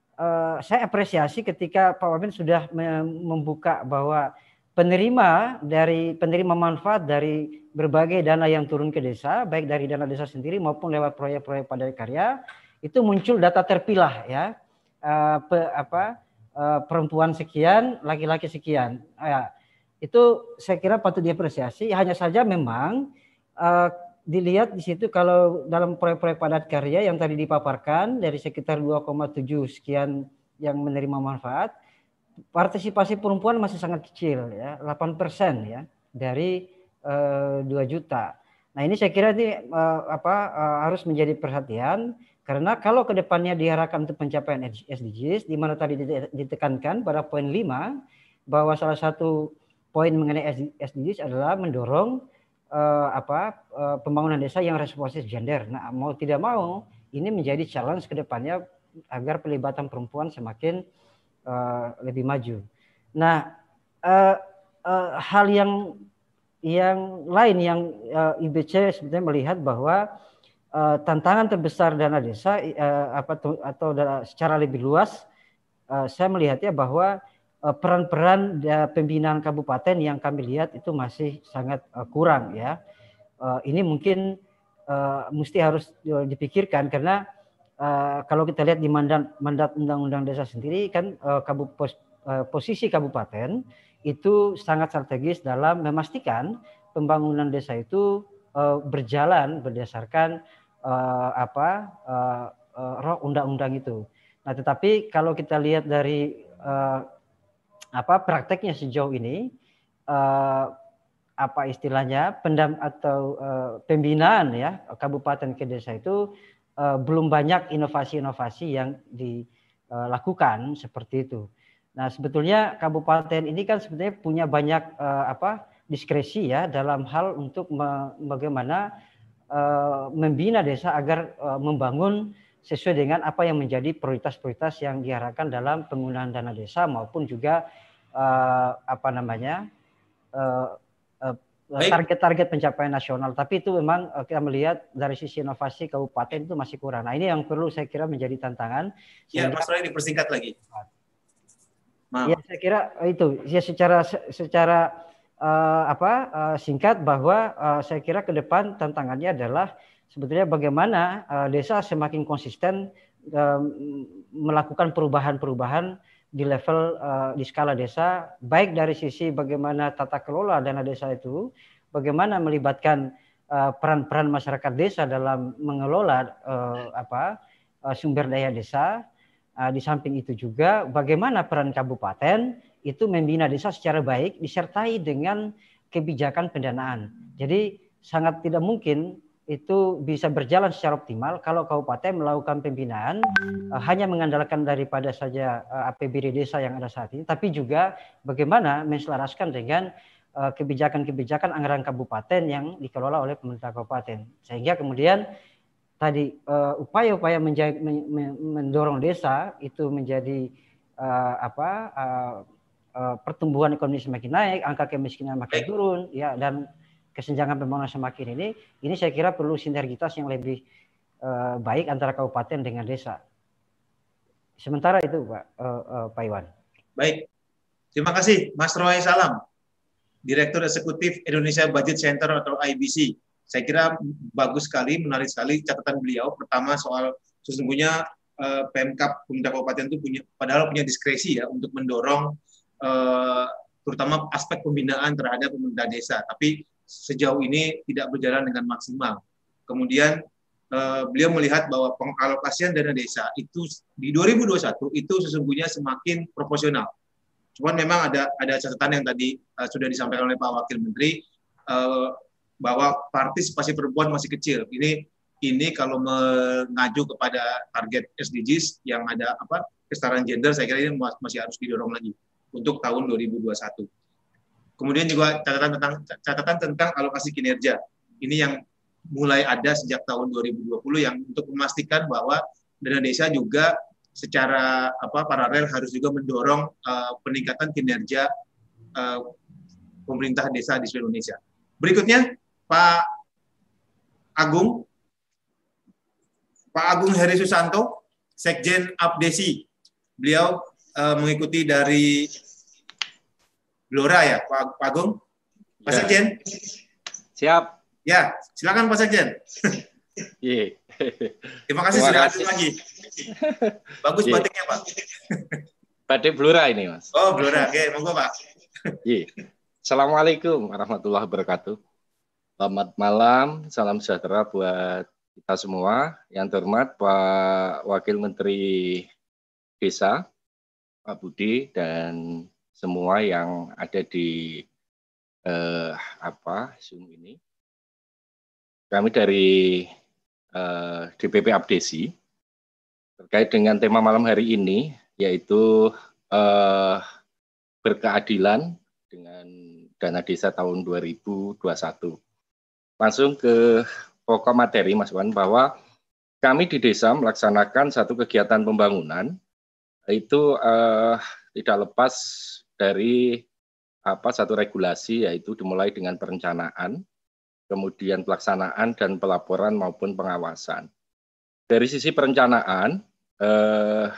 C: uh, saya apresiasi ketika Pak Wamen sudah membuka bahwa penerima dari penerima manfaat dari berbagai dana yang turun ke desa, baik dari dana desa sendiri maupun lewat proyek-proyek padat karya, itu muncul data terpilah ya, uh, pe, apa uh, perempuan sekian, laki-laki sekian. Uh, itu saya kira patut diapresiasi. Hanya saja memang uh, dilihat di situ kalau dalam proyek-proyek padat karya yang tadi dipaparkan dari sekitar dua koma tujuh sekian yang menerima manfaat, partisipasi perempuan masih sangat kecil ya, delapan persen ya dari uh, dua juta. Nah, ini saya kira ini uh, apa uh, harus menjadi perhatian karena kalau ke depannya diarahkan untuk pencapaian S D Gs di mana tadi ditekankan pada poin lima bahwa salah satu poin mengenai S D Gs adalah mendorong uh, apa uh, pembangunan desa yang responsif gender. Nah, mau tidak mau ini menjadi challenge ke depannya agar pelibatan perempuan semakin Uh, lebih maju. Nah, uh, uh, hal yang yang lain yang uh, I B C sebetulnya melihat bahwa uh, tantangan terbesar dana desa uh, apa tuh, atau dana, secara lebih luas, uh, saya melihatnya bahwa uh, peran-peran uh, pembinaan kabupaten yang kami lihat itu masih sangat uh, kurang ya. Uh, ini mungkin uh, mesti harus uh, dipikirkan karena Uh, kalau kita lihat di mandat, mandat undang-undang desa sendiri kan uh, kabu, pos, uh, posisi kabupaten itu sangat strategis dalam memastikan pembangunan desa itu uh, berjalan berdasarkan uh, apa uh, uh, undang-undang itu. Nah, tetapi kalau kita lihat dari uh, apa prakteknya sejauh ini uh, apa istilahnya pendam atau uh, pembinaan ya kabupaten ke desa itu Uh, belum banyak inovasi-inovasi yang dilakukan uh, seperti itu. Nah, sebetulnya kabupaten ini kan sebetulnya punya banyak uh, apa diskresi ya dalam hal untuk me- bagaimana uh, membina desa agar uh, membangun sesuai dengan apa yang menjadi prioritas-prioritas yang diarahkan dalam penggunaan dana desa maupun juga uh, apa namanya uh, uh, target-target pencapaian nasional. Tapi itu memang uh, kita melihat dari sisi inovasi kabupaten itu masih kurang. Nah ini yang perlu saya kira menjadi tantangan.
B: Ya, Mas Roy dipersingkat lagi. Maaf.
C: Ya saya kira itu ya secara secara uh, apa uh, singkat bahwa uh, saya kira ke depan tantangannya adalah sebetulnya bagaimana uh, desa semakin konsisten uh, melakukan perubahan-perubahan di level uh, di skala desa, baik dari sisi bagaimana tata kelola dana desa itu, bagaimana melibatkan uh, peran-peran masyarakat desa dalam mengelola uh, apa uh, sumber daya desa. Uh, di samping itu juga bagaimana peran kabupaten itu membina desa secara baik disertai dengan kebijakan pendanaan. Jadi sangat tidak mungkin itu bisa berjalan secara optimal kalau kabupaten melakukan pembinaan uh, hanya mengandalkan daripada saja uh, A P B D desa yang ada saat ini, tapi juga bagaimana menselaraskan dengan uh, kebijakan-kebijakan anggaran kabupaten yang dikelola oleh pemerintah kabupaten. Sehingga kemudian tadi uh, upaya-upaya menjaga, mendorong desa itu menjadi uh, apa uh, uh, pertumbuhan ekonomi semakin naik, angka kemiskinan makin turun, ya, dan kesenjangan pembangunan semakin ini, ini saya kira perlu sinergitas yang lebih uh, baik antara kabupaten dengan desa. Sementara itu, Pak uh, uh, Pak Iwan.
B: Baik, terima kasih, Mas Roy Salam, Direktur Eksekutif Indonesia Budget Center atau I B C. Saya kira bagus sekali, menarik sekali catatan beliau. Pertama soal sesungguhnya eh, Pemkab pemerintah kabupaten itu punya, padahal punya diskresi ya untuk mendorong eh, terutama aspek pembinaan terhadap pemerintah desa. Tapi sejauh ini tidak berjalan dengan maksimal. Kemudian eh, beliau melihat bahwa pengalokasian dana desa itu di dua ribu dua puluh satu itu sesungguhnya semakin proporsional. Cuman memang ada ada catatan yang tadi eh, sudah disampaikan oleh Pak Wakil Menteri. Eh, bahwa partisipasi perempuan masih kecil. Ini ini kalau mengacu kepada target S D Gs yang ada apa kesetaraan gender, saya kira ini masih harus didorong lagi untuk tahun dua ribu dua puluh satu. Kemudian juga catatan tentang catatan tentang alokasi kinerja. Ini yang mulai ada sejak tahun dua ribu dua puluh yang untuk memastikan bahwa dana desa juga secara apa paralel harus juga mendorong uh, peningkatan kinerja uh, pemerintah desa di seluruh Indonesia. Berikutnya Pak Agung, Pak Agung Heri Susanto, Sekjen Apdesi. Beliau uh, mengikuti dari Blora ya, Pak, Pak Agung. Pak ya. Sekjen.
F: Siap.
B: Ya, silakan Pak Sekjen.
F: Ye.
B: Terima kasih
F: Terima
B: sudah
F: kasih.
B: hadir lagi. Bagus Ye. Batiknya Pak.
F: Batik Blora ini Mas.
B: Oh Blora, oke, monggo Pak.
F: Ye. Assalamualaikum warahmatullahi wabarakatuh. Selamat malam, salam sejahtera buat kita semua. Yang terhormat Pak Wakil Menteri Desa, Pak Budi, dan semua yang ada di eh, apa Zoom ini. Kami dari eh, D P P Apdesi terkait dengan tema malam hari ini, yaitu eh, berkeadilan dengan dana desa tahun dua ribu dua puluh satu. Langsung ke pokok materi Mas Wan, bahwa kami di desa melaksanakan satu kegiatan pembangunan itu eh, tidak lepas dari apa satu regulasi, yaitu dimulai dengan perencanaan, kemudian pelaksanaan dan pelaporan maupun pengawasan. Dari sisi perencanaan, eh,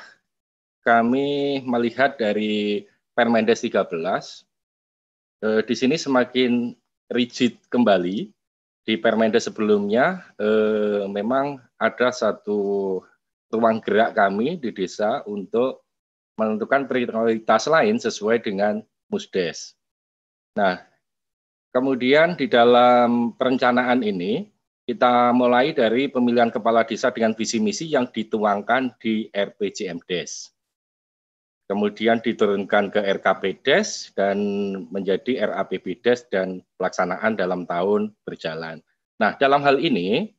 F: kami melihat dari Permendes tiga belas, eh, di sini semakin rigid kembali. Di Permendes sebelumnya eh, memang ada satu ruang gerak kami di desa untuk menentukan prioritas lain sesuai dengan Musdes. Nah, kemudian di dalam perencanaan ini kita mulai dari pemilihan kepala desa dengan visi misi yang dituangkan di R P J M Des. Kemudian diturunkan ke R K P Des dan menjadi R A P B Des dan pelaksanaan dalam tahun berjalan. Nah, dalam hal ini,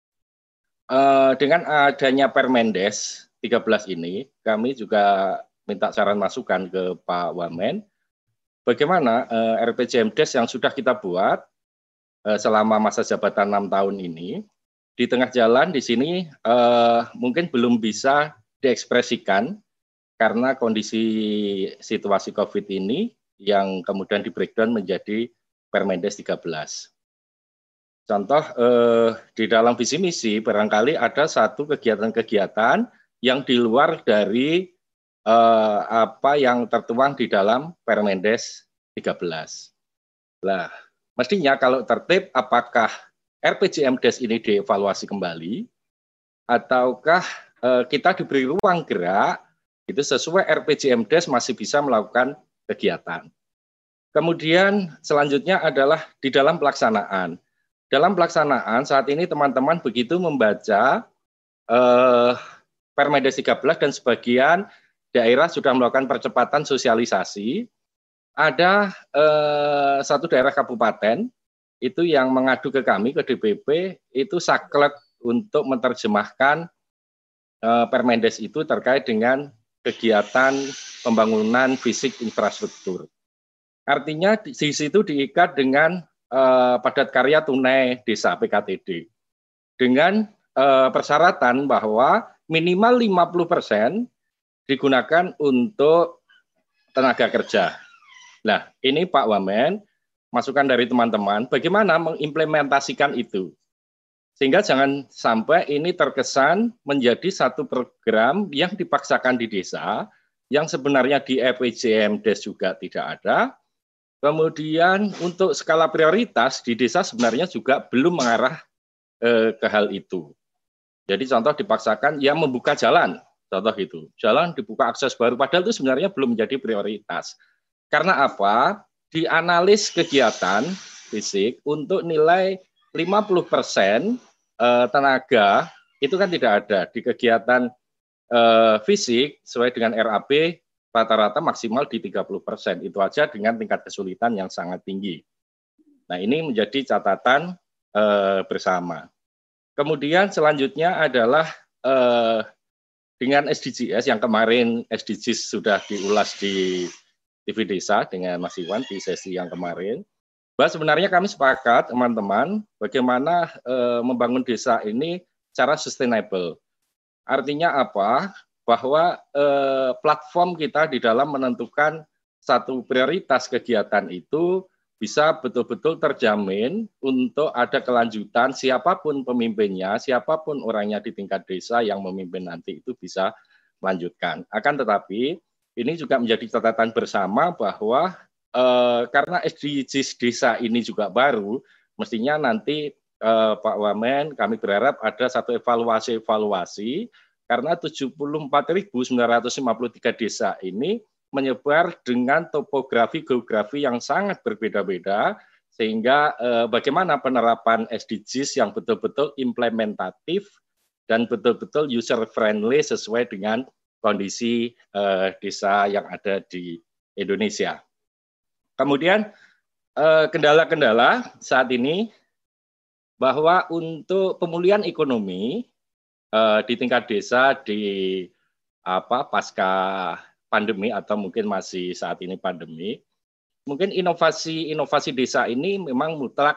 F: eh, dengan adanya Permendes tiga belas ini, kami juga minta saran masukan ke Pak Wamen, bagaimana eh, R P J M Des yang sudah kita buat eh, selama masa jabatan enam tahun ini, di tengah jalan di sini eh, mungkin belum bisa diekspresikan karena kondisi situasi COVID ini yang kemudian di breakdown menjadi Permendes tiga belas. Contoh eh, di dalam visi misi barangkali ada satu kegiatan-kegiatan yang di luar dari eh, apa yang tertuang di dalam Permendes tiga belas. Nah, mestinya kalau tertib apakah R P J M D E S ini dievaluasi kembali ataukah eh, kita diberi ruang gerak itu sesuai R P J M D E S masih bisa melakukan kegiatan. Kemudian selanjutnya adalah di dalam pelaksanaan. Dalam pelaksanaan saat ini teman-teman begitu membaca eh, Permendes tiga belas dan sebagian daerah sudah melakukan percepatan sosialisasi. Ada eh, satu daerah kabupaten itu yang mengadu ke kami, ke D P P, itu saklek untuk menerjemahkan eh, Permendes itu terkait dengan kegiatan pembangunan fisik infrastruktur. Artinya di situ diikat dengan eh, padat karya tunai desa P K T D. Dengan eh, persyaratan bahwa minimal lima puluh persen digunakan untuk tenaga kerja. Nah, ini Pak Wamen, masukan dari teman-teman, bagaimana mengimplementasikan itu. Sehingga jangan sampai ini terkesan menjadi satu program yang dipaksakan di desa, yang sebenarnya di R P J M D E S juga tidak ada. Kemudian untuk skala prioritas di desa sebenarnya juga belum mengarah eh, ke hal itu. Jadi contoh dipaksakan yang membuka jalan, contoh itu. Jalan dibuka akses baru, padahal itu sebenarnya belum menjadi prioritas. Karena apa? Di analis kegiatan fisik untuk nilai lima puluh persen eh, tenaga itu kan tidak ada. Di kegiatan eh, fisik sesuai dengan R A P rata-rata maksimal di tiga puluh persen. Itu aja dengan tingkat kesulitan yang sangat tinggi. Nah, ini menjadi catatan eh, bersama. Kemudian selanjutnya adalah eh, dengan S D Gs yang kemarin S D Gs sudah diulas di T V Desa dengan Mas Iwan di sesi yang kemarin. Bahwa sebenarnya kami sepakat teman-teman bagaimana e, membangun desa ini secara sustainable. Artinya apa? Bahwa e, platform kita di dalam menentukan satu prioritas kegiatan itu bisa betul-betul terjamin untuk ada kelanjutan siapapun pemimpinnya, siapapun orangnya di tingkat desa yang memimpin nanti itu bisa melanjutkan. Akan tetapi ini juga menjadi catatan bersama bahwa eh, karena S D Gs desa ini juga baru, mestinya nanti eh, Pak Wamen kami berharap ada satu evaluasi-evaluasi karena tujuh puluh empat ribu sembilan ratus lima puluh tiga desa ini menyebar dengan topografi geografi yang sangat berbeda-beda sehingga eh, bagaimana penerapan S D Gs yang betul-betul implementatif dan betul-betul user friendly sesuai dengan kondisi eh, desa yang ada di Indonesia. Kemudian eh, kendala-kendala saat ini bahwa untuk pemulihan ekonomi eh, di tingkat desa di apa pasca pandemi atau mungkin masih saat ini pandemi, mungkin inovasi-inovasi desa ini memang mutlak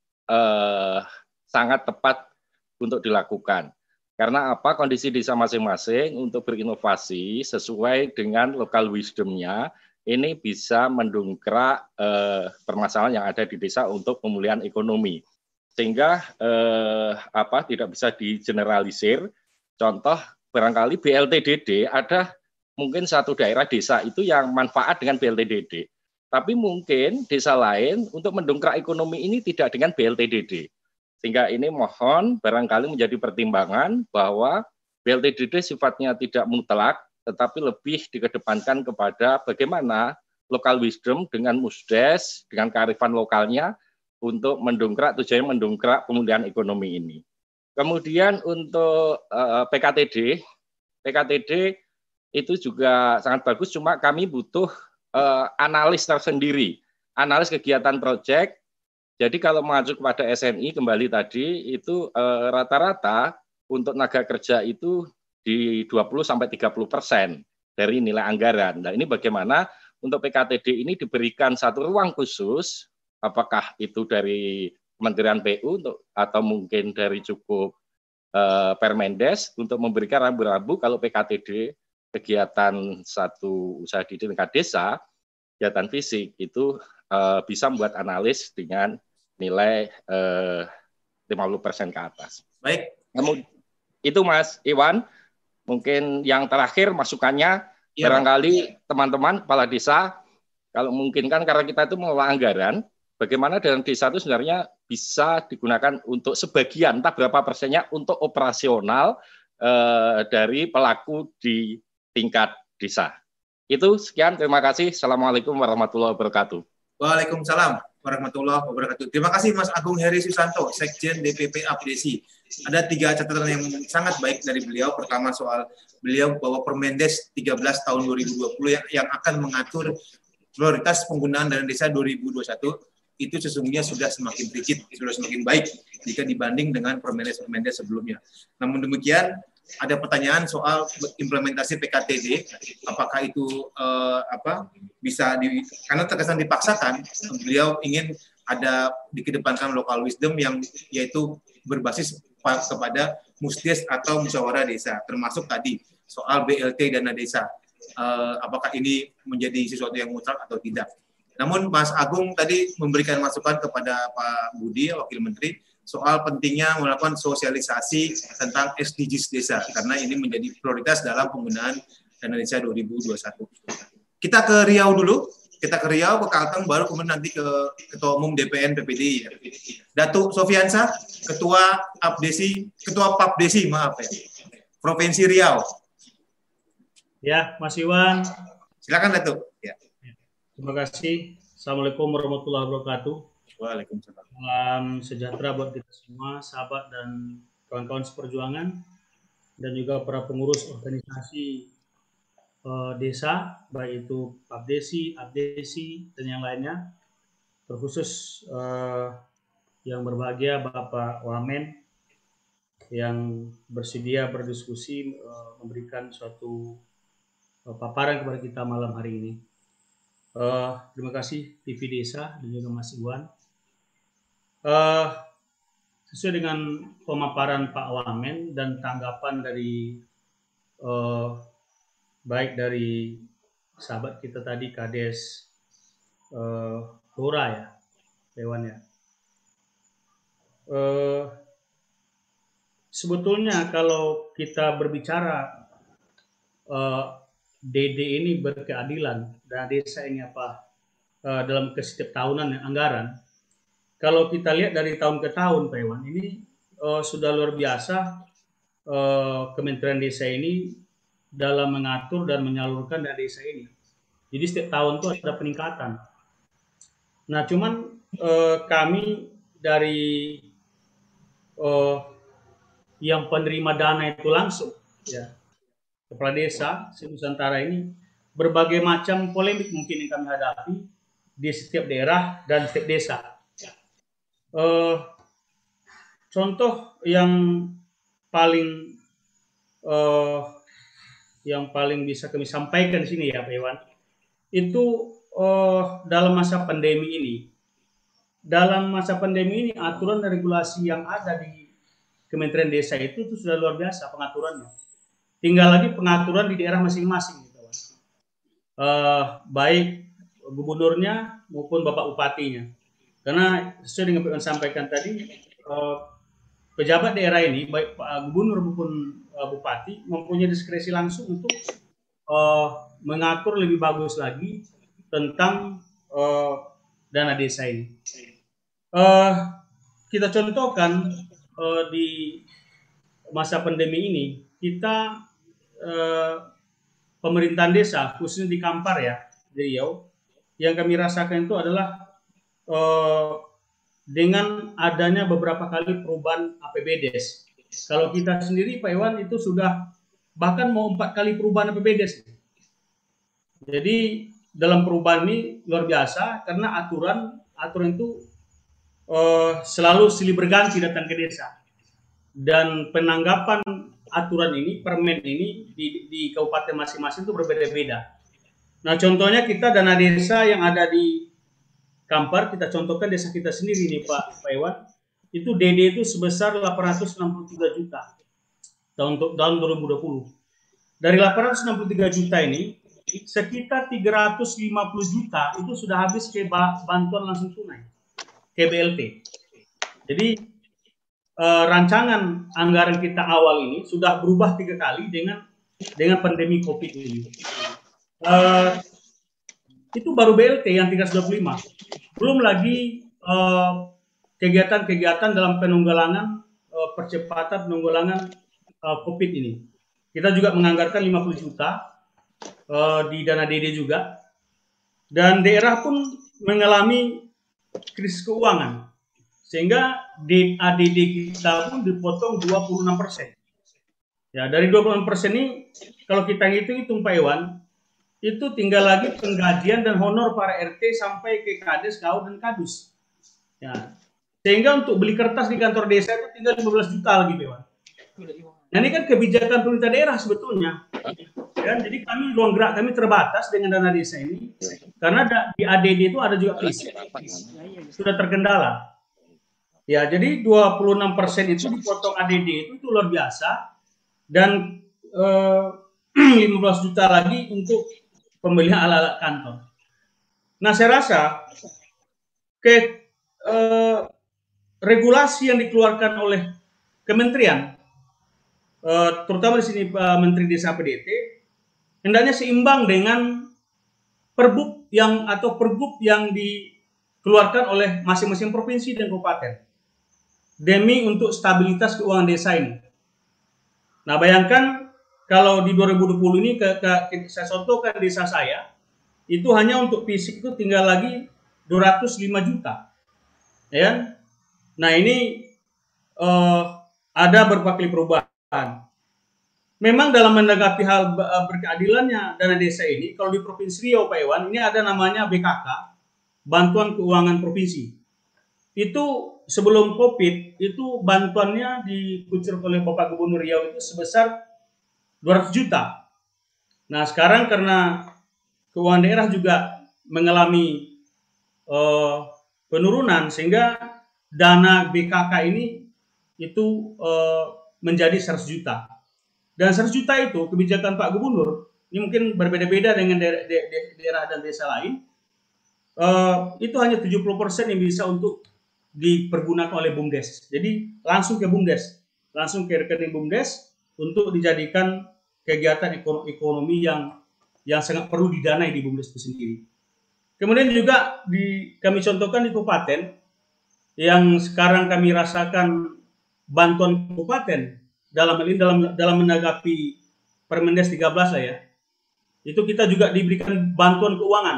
F: eh, sangat tepat untuk dilakukan. Karena apa? Kondisi desa masing-masing untuk berinovasi sesuai dengan local wisdom-nya ini bisa mendongkrak eh, permasalahan yang ada di desa untuk pemulihan ekonomi. Sehingga eh, apa tidak bisa digeneralisir. Contoh barangkali B L T D D ada mungkin satu daerah desa itu yang manfaat dengan B L T D D. Tapi mungkin desa lain untuk mendongkrak ekonomi ini tidak dengan B L T D D. Sehingga ini mohon barangkali menjadi pertimbangan bahwa B L T D D sifatnya tidak mutlak, tetapi lebih dikedepankan kepada bagaimana local wisdom dengan musdes, dengan kearifan lokalnya untuk mendongkrak, tujuannya mendongkrak pemulihan ekonomi ini. Kemudian untuk uh, P K T D, P K T D itu juga sangat bagus, cuma kami butuh uh, analis tersendiri, analis kegiatan proyek. Jadi kalau mengacu kepada S N I kembali tadi itu eh, rata-rata untuk tenaga kerja itu di dua puluh sampai tiga puluh persen dari nilai anggaran. Nah, ini bagaimana untuk P K T D ini diberikan satu ruang khusus, apakah itu dari Kementerian P U untuk atau mungkin dari cukup eh, Permendes untuk memberikan rambu-rambu kalau P K T D kegiatan satu usaha di tingkat desa, kegiatan fisik itu eh, bisa membuat analis dengan nilai eh, lima puluh persen ke atas.
B: Baik.
F: Namun itu Mas Iwan, mungkin yang terakhir masukannya
B: ya,
F: barangkali teman-teman kepala desa, kalau mungkin kan karena kita itu mengelola anggaran, bagaimana dalam desa itu sebenarnya bisa digunakan untuk sebagian, entah berapa persennya untuk operasional eh, dari pelaku di tingkat desa. Itu sekian, terima kasih. Assalamualaikum warahmatullahi wabarakatuh.
B: Waalaikumsalam warahmatullahi wabarakatuh. Terima kasih Mas Agung Heri Susanto, Sekjen D P P Apdesi. Ada tiga catatan yang sangat baik dari beliau. Pertama soal beliau bahwa Permendes tiga belas tahun dua ribu dua puluh yang, yang akan mengatur prioritas penggunaan dana desa dua ribu dua puluh satu itu sesungguhnya sudah semakin rigid, sudah semakin baik jika dibanding dengan Permendes-Permendes sebelumnya. Namun demikian, ada pertanyaan soal implementasi P K T D, apakah itu eh, apa bisa di, karena terkesan dipaksakan, beliau ingin ada dikedepankan local wisdom yang yaitu berbasis kepada musdes atau musyawarah desa, termasuk tadi soal B L T dana desa, eh, apakah ini menjadi sesuatu yang mutlak atau tidak. Namun Mas Agung tadi memberikan masukan kepada Pak Budi, Wakil Menteri, soal pentingnya melakukan sosialisasi tentang S D Gs desa, karena ini menjadi prioritas dalam penggunaan dana desa dua ribu dua puluh satu. Kita ke Riau dulu, kita ke Riau, ke Kalteng, baru kemudian nanti ke Ketua Umum D P N P P D I. Ya. Datuk Sofiansa, Ketua Apdesi, Ketua Papdesi, maaf ya, Provinsi Riau.
G: Ya, Mas Iwan.
B: Silakan Datuk. Ya.
G: Terima kasih. Assalamualaikum warahmatullahi wabarakatuh.
B: Waalaikumsalam.
G: Salam sejahtera buat kita semua, sahabat dan kawan-kawan seperjuangan, dan juga para pengurus organisasi uh, desa, baik itu Papdesi, Apdesi, dan yang lainnya. Terkhusus uh, yang berbahagia Bapak Wamen yang bersedia berdiskusi, uh, memberikan suatu uh, paparan kepada kita malam hari ini. Uh, terima kasih T V Desa dan juga Mas Iwan. Uh, sesuai dengan pemaparan Pak Wamen dan tanggapan dari uh, baik dari sahabat kita tadi Kades uh, Lura ya, Dewan ya. Uh, sebetulnya kalau kita berbicara uh, D D ini berkeadilan dan desa ini apa uh, dalam setiap tahunan anggaran. Kalau kita lihat dari tahun ke tahun, Pak Iwan, ini uh, sudah luar biasa uh, Kementerian Desa ini dalam mengatur dan menyalurkan dana desa ini. Jadi setiap tahun itu ada peningkatan. Nah, cuman uh, kami dari uh, yang penerima dana itu langsung, ya, kepala desa Nusantara ini, berbagai macam polemik mungkin yang kami hadapi di setiap daerah dan setiap desa. Uh, contoh yang paling uh, yang paling bisa kami sampaikan di sini ya Pak Iwan, itu uh, dalam masa pandemi ini, dalam masa pandemi ini aturan dan regulasi yang ada di Kementerian Desa itu, itu sudah luar biasa pengaturannya. Tinggal lagi pengaturan di daerah masing-masing, gitu, uh, baik gubernurnya maupun Bapak Bupatinya. Karena sesuai dengan yang sampaikan tadi, uh, pejabat daerah ini, baik Pak Gubernur maupun uh, Bupati, mempunyai diskresi langsung untuk uh, mengatur lebih bagus lagi tentang uh, dana desa ini. Uh, kita contohkan uh, di masa pandemi ini, kita uh, pemerintahan desa, khususnya di Kampar ya, di Riau, yang kami rasakan itu adalah Uh, dengan adanya beberapa kali perubahan A P B D E S. Kalau kita sendiri Pak Iwan itu sudah bahkan mau empat kali perubahan A P B D E S. Jadi dalam perubahan ini luar biasa karena aturan aturan itu uh, selalu silih berganti datang ke desa. Dan penanggapan aturan ini, permen ini di, di kabupaten masing-masing itu berbeda-beda. Nah contohnya kita dana desa yang ada di Kampar, kita contohkan desa kita sendiri nih Pak, Pak Iwan, itu D D itu sebesar delapan ratus enam puluh tiga juta tahun tahun dua ribu dua puluh. Dari delapan ratus enam puluh tiga juta ini, sekitar tiga ratus lima puluh juta itu sudah habis ke bantuan langsung tunai, ke B L T. Jadi eh, rancangan anggaran kita awal ini sudah berubah tiga kali dengan dengan pandemi COVID ini. Eh, itu baru B L T yang tiga ratus dua puluh lima. Belum lagi eh, kegiatan-kegiatan dalam penanggulangan eh, percepatan penanggulangan eh, COVID ini. Kita juga menganggarkan lima puluh juta uh, di dana D D juga. Dan daerah pun mengalami krisis keuangan. Sehingga A D D kita pun dipotong dua puluh enam persen. Ya, dari dua puluh enam persen ini, kalau kita hitung-hitung Pak Iwan, itu tinggal lagi penggajian dan honor para R T sampai ke Kades, Gaud, dan Kadus. Ya. Sehingga untuk beli kertas di kantor desa itu tinggal lima belas juta lagi Pak Iwan. Nah ini kan kebijakan pemerintah daerah sebetulnya. Ya, jadi kami ruang gerak kami terbatas dengan dana desa ini karena di A D D itu ada juga krisis, sudah terkendala. Ya jadi dua puluh enam persen itu dipotong A D D itu, itu luar biasa dan eh, lima belas juta lagi untuk pembelian alat-alat kantor. Nah saya rasa ke eh, regulasi yang dikeluarkan oleh kementerian, Uh, terutama di sini uh, Menteri Desa P D T, hendaknya seimbang dengan perbuk yang atau pergub yang dikeluarkan oleh masing-masing provinsi dan kabupaten demi untuk stabilitas keuangan desa ini. Nah bayangkan kalau di dua ribu dua puluh ini ke, ke, saya contohkan desa saya itu hanya untuk fisik itu tinggal lagi dua ratus lima juta, ya. Nah ini uh, ada berbagai perubahan. Memang dalam menanggapi hal berkeadilannya dana desa ini, kalau di Provinsi Riau Pak Iwan, ini ada namanya B K K, Bantuan Keuangan Provinsi. Itu sebelum COVID, itu bantuannya dikucurkan oleh Bapak Gubernur Riau itu sebesar dua ratus juta. Nah sekarang karena keuangan daerah juga mengalami uh, penurunan, sehingga dana B K K ini itu uh, menjadi seratus juta. Dan seratus juta itu kebijakan Pak Gubernur, ini mungkin berbeda-beda dengan daerah, daerah dan desa lain, uh, itu hanya tujuh puluh persen yang bisa untuk dipergunakan oleh BUMDes. Jadi langsung ke BUMDes, langsung ke rekening BUMDes untuk dijadikan kegiatan ekonomi yang yang sangat perlu didanai di BUMDes itu sendiri. Kemudian juga di, kami contohkan di kabupaten, yang sekarang kami rasakan bantuan kabupaten dalam ini dalam dalam menanggapi Permendes tiga belas lah ya. Itu kita juga diberikan bantuan keuangan.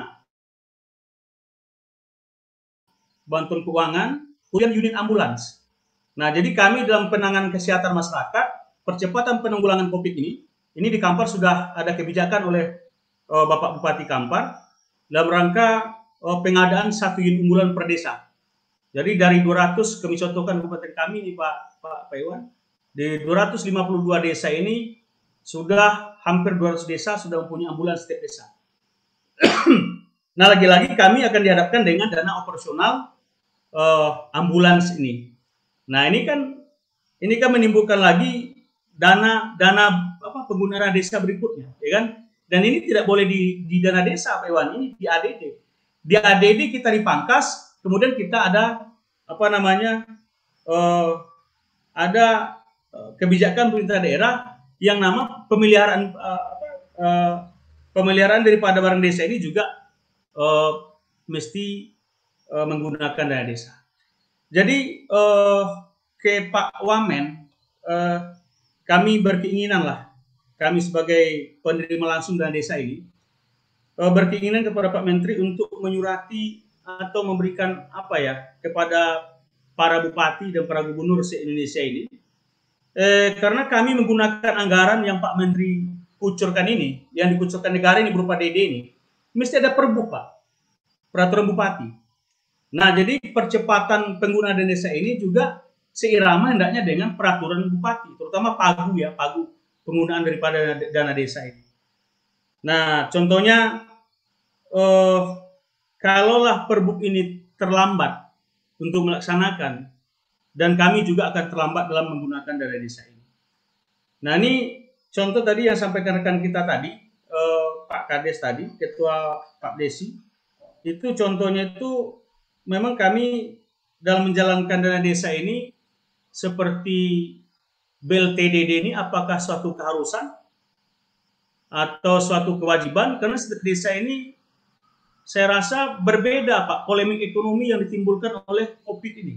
G: Bantuan keuangan, kemudian unit ambulans. Nah, jadi kami dalam penanganan kesehatan masyarakat, percepatan penanggulangan COVID ini, ini di Kampar sudah ada kebijakan oleh uh, Bapak Bupati Kampar dalam rangka uh, pengadaan satu unit ambulan per desa. Jadi dari dua ratus, kami contohkan kabupaten kami nih Pak Pak Pak Iwan, di dua ratus lima puluh dua desa ini sudah hampir dua ratus desa sudah mempunyai ambulans setiap desa. Nah lagi-lagi kami akan dihadapkan dengan dana operasional uh, ambulans ini. Nah ini kan ini kan menimbulkan lagi dana dana apa penggunaan desa berikutnya, ya kan? Dan ini tidak boleh di, di dana desa Pak Iwan, ini di A D D. Di A D D kita dipangkas, kemudian kita ada apa namanya uh, ada kebijakan pemerintah daerah yang nama pemeliharaan uh, uh, pemeliharaan daripada barang desa ini juga uh, mesti uh, menggunakan dana desa. Jadi uh, ke Pak Wamen, uh, kami berkeinginan lah, kami sebagai penerima langsung dana desa ini uh, berkeinginan kepada Pak Menteri untuk menyurati atau memberikan apa ya kepada para bupati dan para gubernur se-Indonesia ini. Eh, karena kami menggunakan anggaran yang Pak Menteri kucurkan ini, yang dikucurkan negara ini berupa D D ini, mesti ada perbu Pak, peraturan bupati. Nah, jadi percepatan penggunaan dana desa ini juga seirama hendaknya dengan peraturan bupati, terutama pagu ya, pagu penggunaan daripada dana desa ini. Nah, contohnya, eh, kalaulah perbuk ini terlambat untuk melaksanakan dan kami juga akan terlambat dalam menggunakan dana desa ini. Nah, ini contoh tadi yang sampaikan rekan kita tadi, eh, Pak Kades tadi, Ketua Pak Desi, itu contohnya itu memang kami dalam menjalankan dana desa ini seperti B L T D D ini apakah suatu keharusan atau suatu kewajiban, karena setiap desa ini saya rasa berbeda Pak, polemik ekonomi yang ditimbulkan oleh COVID ini.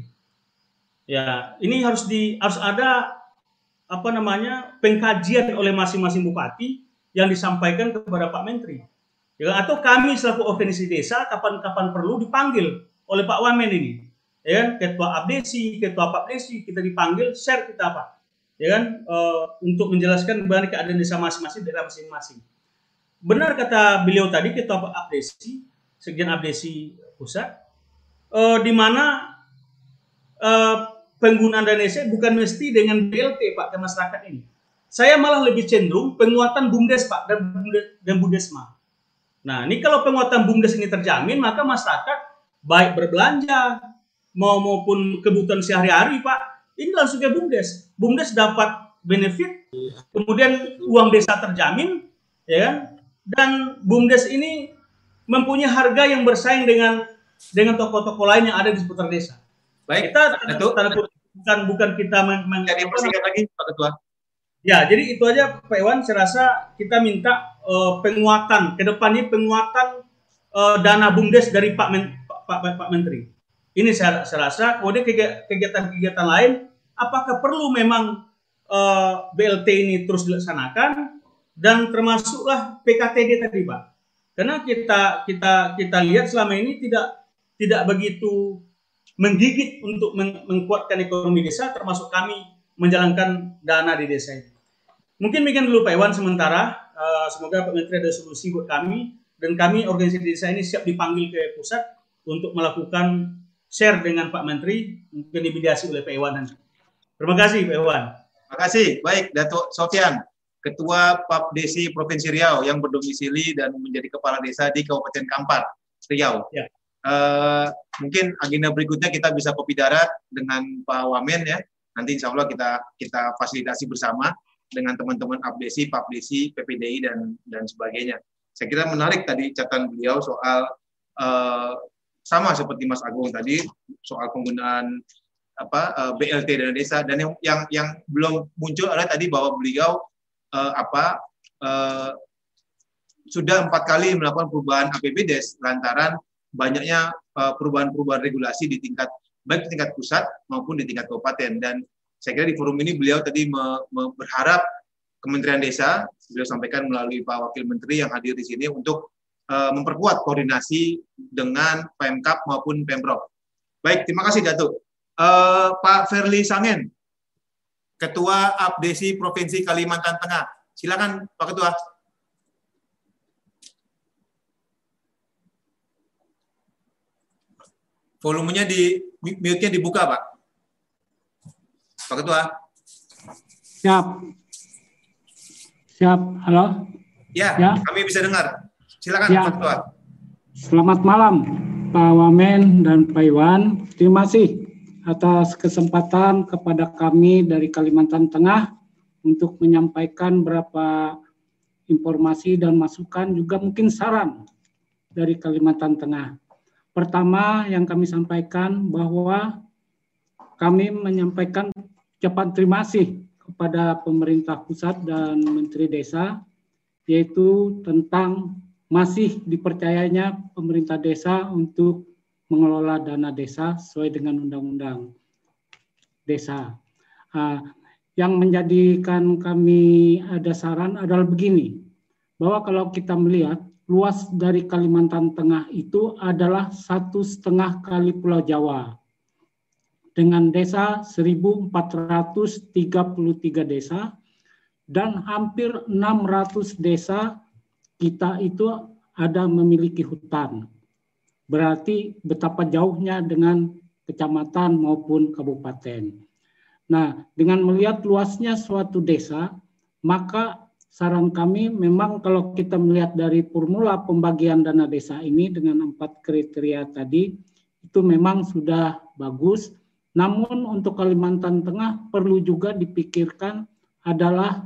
G: Ya, ini harus di harus ada apa namanya pengkajian oleh masing-masing bupati yang disampaikan kepada Pak Menteri. Ya, atau kami selaku organisasi desa kapan-kapan perlu dipanggil oleh Pak Wamen ini. Ya, Ketua Abdesi, Ketua Pak Desi, kita dipanggil share kita Pak. Ya kan, e, untuk menjelaskan bagaimana keadaan desa masing-masing, daerah masing-masing. Benar kata beliau tadi, Ketua Pak Abdesi, Sekjen Abdesi Pusat, e, di mana e, penggunaan dana desa bukan mesti dengan B L T Pak ke masyarakat ini. Saya malah lebih cenderung penguatan BUMDes Pak dan dan BUDesma. Nah, ini kalau penguatan BUMDes ini terjamin, maka masyarakat baik berbelanja mau maupun kebutuhan sehari-hari Pak, ini langsung ke BUMDes. BUMDes dapat benefit, kemudian uang desa terjamin, ya, dan BUMDes ini mempunyai harga yang bersaing dengan dengan toko-toko lain yang ada di seputar desa.
B: Baik,
G: kita tanda, bukan bukan kita men, men,
B: jadi persingkat lagi Pak Ketua.
G: Ya, jadi itu aja Pak Iwan. Saya rasa kita minta uh, penguatan ke depannya, penguatan uh, dana BUMDes dari Pak, Men, Pak, Pak, Pak Menteri. Ini saya, saya rasa. Kemudian kegiatan-kegiatan lain, apakah perlu memang uh, B L T ini terus dilaksanakan, dan termasuklah P K T D tadi Pak. Karena kita kita kita lihat selama ini tidak tidak begitu menggigit untuk meng mengkuatkan ekonomi desa, termasuk kami menjalankan dana di desa ini. Mungkin demikian dulu Pak Iwan sementara. Uh, semoga Pak Menteri ada solusi buat kami, dan kami organisasi desa ini siap dipanggil ke pusat untuk melakukan share dengan Pak Menteri, mungkin dimediasi oleh Pak Iwan. Terima kasih Pak Iwan.
B: Terima kasih. Baik, Datuk Sofian, Ketua Papdesi Provinsi Riau yang berdomisili dan menjadi kepala desa di Kabupaten Kampar, Riau. Ya. Uh, mungkin agenda berikutnya kita bisa kopi darat dengan Pak Wamen ya. Nanti insya Allah kita kita fasilitasi bersama dengan teman-teman Abdesi, Papdesi, P P D I dan dan sebagainya. Saya kira menarik tadi catatan beliau soal uh, sama seperti Mas Agung tadi soal penggunaan apa uh, B L T dana desa, dan yang yang yang belum muncul adalah tadi bahwa beliau uh, apa uh, sudah empat kali melakukan perubahan A P B D E S lantaran banyaknya perubahan-perubahan regulasi di tingkat baik di tingkat pusat maupun di tingkat kabupaten. Dan saya kira di forum ini beliau tadi me, me, berharap Kementerian Desa, beliau sampaikan melalui Pak Wakil Menteri yang hadir di sini untuk uh, memperkuat koordinasi dengan Pemkab maupun Pemprov. Baik, terima kasih Datuk. Uh, Pak Ferli Sangen, Ketua Abdesi Provinsi Kalimantan Tengah. Silakan Pak Ketua. Volumenya di mute-nya dibuka, Pak. Pak Ketua.
H: Siap. Siap. Halo.
B: Ya, ya. Kami bisa dengar. Silakan ya. Pak Ketua.
H: Selamat malam, Pak Wamen dan Pak Iwan. Terima kasih atas kesempatan kepada kami dari Kalimantan Tengah untuk menyampaikan beberapa informasi dan masukan, juga mungkin saran dari Kalimantan Tengah. Pertama yang kami sampaikan bahwa kami menyampaikan ucapan terima kasih kepada pemerintah pusat dan Menteri Desa, yaitu tentang masih dipercayanya pemerintah desa untuk mengelola dana desa sesuai dengan undang-undang desa. Uh, yang menjadikan kami ada saran adalah begini, bahwa kalau kita melihat luas dari Kalimantan Tengah itu adalah satu setengah kali Pulau Jawa dengan desa seribu empat ratus tiga puluh tiga desa dan hampir enam ratus desa kita itu ada memiliki hutan. Berarti betapa jauhnya dengan kecamatan maupun kabupaten. Nah, dengan melihat luasnya suatu desa, maka saran kami memang kalau kita melihat dari formula pembagian dana desa ini dengan empat kriteria tadi, itu memang sudah bagus Namun untuk Kalimantan Tengah perlu juga dipikirkan adalah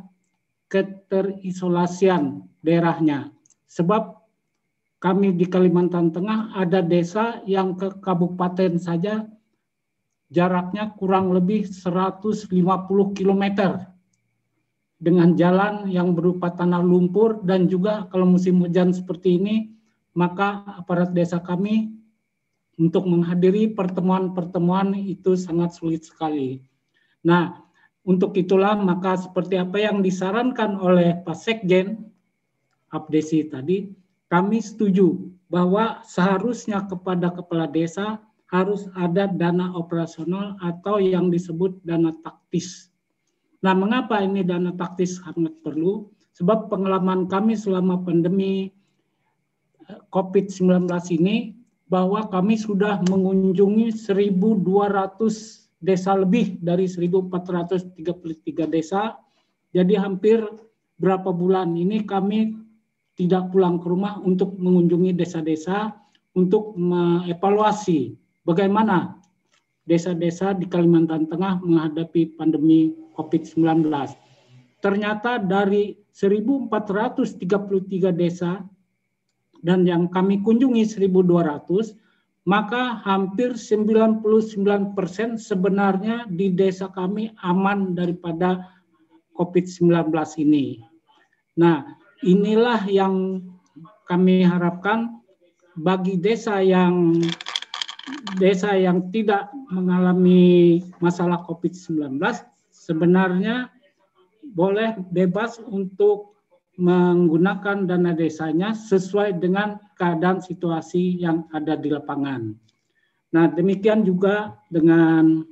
H: keterisolasian daerahnya. Sebab kami di Kalimantan Tengah ada desa yang ke kabupaten saja jaraknya kurang lebih seratus lima puluh kilometer dengan jalan yang berupa tanah lumpur, dan juga kalau musim hujan seperti ini maka aparat desa kami untuk menghadiri pertemuan-pertemuan itu sangat sulit sekali. Nah, untuk itulah maka seperti apa yang disarankan oleh Pak Sekjen Abdesi tadi, kami setuju bahwa seharusnya kepada kepala desa harus ada dana operasional atau yang disebut dana taktis. Nah, mengapa ini dana taktis sangat perlu? Sebab pengalaman kami selama pandemi covid sembilan belas ini, bahwa kami sudah mengunjungi seribu dua ratus desa lebih dari seribu empat ratus tiga puluh tiga desa. Jadi hampir berapa bulan ini kami tidak pulang ke rumah untuk mengunjungi desa-desa untuk mengevaluasi bagaimana desa-desa di Kalimantan Tengah menghadapi pandemi covid sembilan belas. Ternyata dari seribu empat ratus tiga puluh tiga desa dan yang kami kunjungi seribu dua ratus, maka hampir sembilan puluh sembilan persen sebenarnya di desa kami aman daripada covid sembilan belas ini. Nah, inilah yang kami harapkan bagi desa yang desa yang tidak mengalami masalah covid sembilan belas, sebenarnya boleh bebas untuk menggunakan dana desanya sesuai dengan keadaan situasi yang ada di lapangan. Nah, demikian juga dengan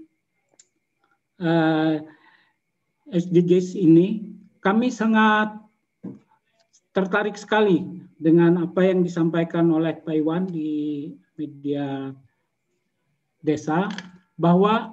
H: uh, S D Gs ini, kami sangat tertarik sekali dengan apa yang disampaikan oleh Pak Iwan di media desa, bahwa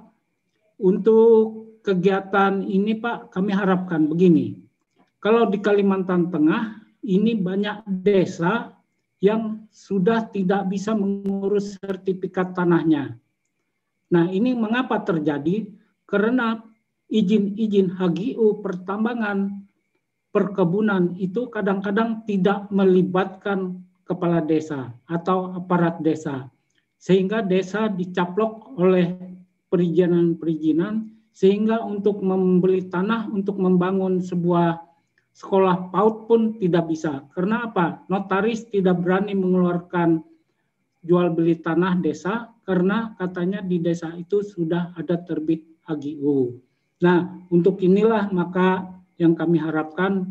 H: untuk kegiatan ini Pak, kami harapkan begini. Kalau di Kalimantan Tengah, ini banyak desa yang sudah tidak bisa mengurus sertifikat tanahnya. Nah, ini mengapa terjadi? Karena izin-izin H G U pertambangan, perkebunan itu kadang-kadang tidak melibatkan kepala desa atau aparat desa. Sehingga desa dicaplok oleh perizinan-perizinan, sehingga untuk membeli tanah untuk membangun sebuah sekolah PAUD pun tidak bisa. Karena apa? Notaris tidak berani mengeluarkan jual beli tanah desa karena katanya di desa itu sudah ada terbit H G U. Nah, untuk inilah maka yang kami harapkan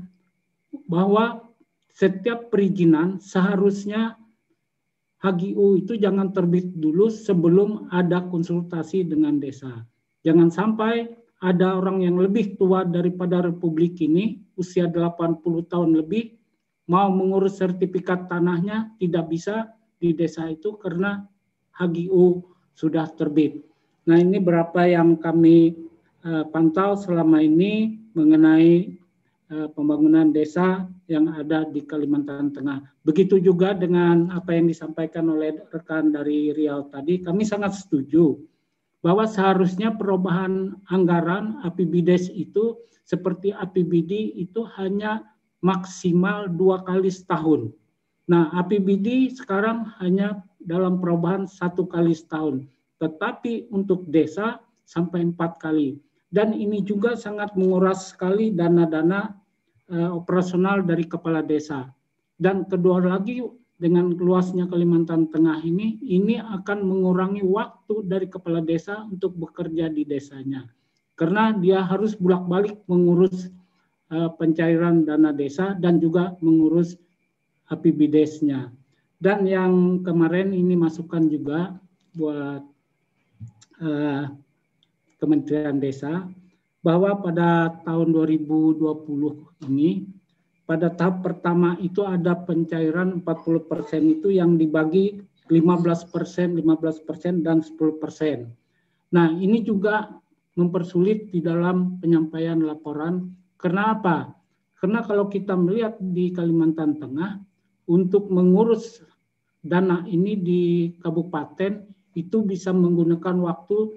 H: bahwa setiap perizinan seharusnya H G U itu jangan terbit dulu sebelum ada konsultasi dengan desa. Jangan sampai ada orang yang lebih tua daripada Republik ini, usia delapan puluh tahun lebih, mau mengurus sertifikat tanahnya tidak bisa di desa itu karena H G U sudah terbit. Nah, ini berapa yang kami uh, pantau selama ini mengenai uh, pembangunan desa yang ada di Kalimantan Tengah. Begitu juga dengan apa yang disampaikan oleh rekan dari Riau tadi, kami sangat setuju bahwa seharusnya perubahan anggaran A P B D E S itu seperti A P B D itu hanya maksimal dua kali setahun. Nah, A P B D sekarang hanya dalam perubahan satu kali setahun, tetapi untuk desa sampai empat kali. Dan ini juga sangat menguras sekali dana-dana uh, operasional dari kepala desa. Dan kedua lagi, dengan luasnya Kalimantan Tengah ini, ini akan mengurangi waktu dari kepala desa untuk bekerja di desanya. Karena dia harus bolak-balik mengurus uh, pencairan dana desa dan juga mengurus A P B D E S-nya. Dan yang kemarin ini masukan juga buat uh, Kementerian Desa, bahwa pada tahun dua ribu dua puluh ini, pada tahap pertama itu ada pencairan empat puluh persen itu yang dibagi lima belas persen, lima belas persen, dan sepuluh persen. Nah, ini juga mempersulit di dalam penyampaian laporan. Karena apa? Karena kalau kita melihat di Kalimantan Tengah, untuk mengurus dana ini di kabupaten itu bisa menggunakan waktu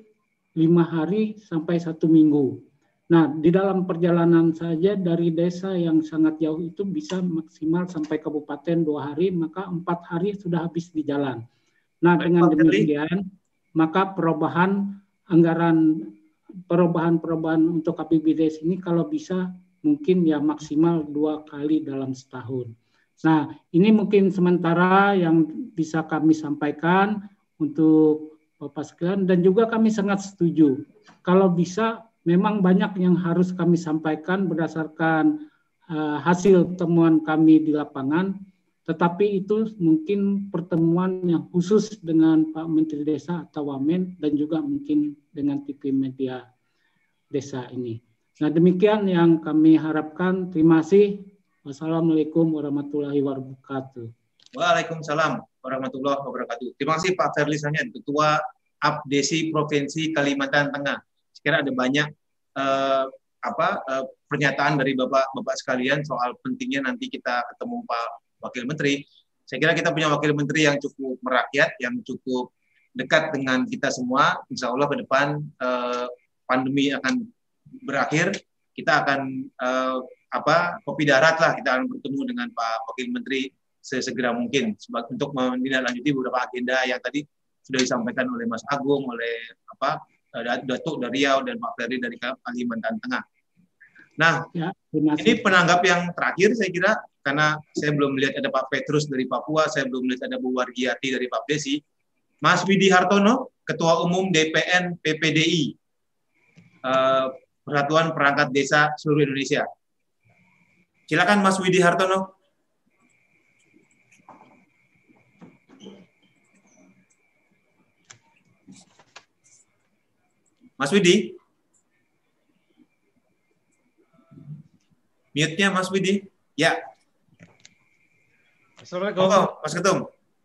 H: lima hari sampai satu minggu. Nah, di dalam perjalanan saja dari desa yang sangat jauh itu bisa maksimal sampai kabupaten dua hari, maka empat hari sudah habis di jalan. Nah, dengan demikian, maka perubahan anggaran, perubahan-perubahan untuk K P B D S ini kalau bisa mungkin ya maksimal dua kali dalam setahun. Nah, ini mungkin sementara yang bisa kami sampaikan untuk Bapak sekalian, dan juga kami sangat setuju. Kalau bisa, memang banyak yang harus kami sampaikan berdasarkan uh, hasil temuan kami di lapangan, tetapi itu mungkin pertemuan yang khusus dengan Pak Menteri Desa atau Wamen dan juga mungkin dengan T V Media Desa ini. Nah, demikian yang kami harapkan. Terima kasih. Wassalamualaikum warahmatullahi wabarakatuh.
B: Waalaikumsalam warahmatullahi wabarakatuh. Terima kasih Pak Ferli Sanyan, Ketua Apdesi Provinsi Kalimantan Tengah. Sekiranya ada banyak uh, apa uh, pernyataan dari Bapak-Bapak sekalian soal pentingnya nanti kita ketemu Pak Wakil Menteri. Saya kira kita punya Wakil Menteri yang cukup merakyat, yang cukup dekat dengan kita semua. Insya Allah ke depan uh, pandemi akan berakhir, kita akan uh, apa kopi darat lah, kita akan bertemu dengan Pak Wakil Menteri sesegera mungkin untuk menindaklanjuti beberapa agenda yang tadi sudah disampaikan oleh Mas Agung, oleh apa Datuk dari Riau dan Pak Ferry dari Kalimantan Tengah. Nah, ya, ini penanggap yang terakhir saya kira, karena saya belum melihat ada Pak Petrus dari Papua, saya belum melihat ada Bu Wargiati dari Papdesi. Mas Widi Hartono, Ketua Umum D P N P P D I, uh, Persatuan Perangkat Desa Seluruh Indonesia. Silakan Mas Widi Hartono. Mas Widi? Mute-nya Mas Widi. Ya.
I: Assalamualaikum.
B: Oh, Mas Ketum.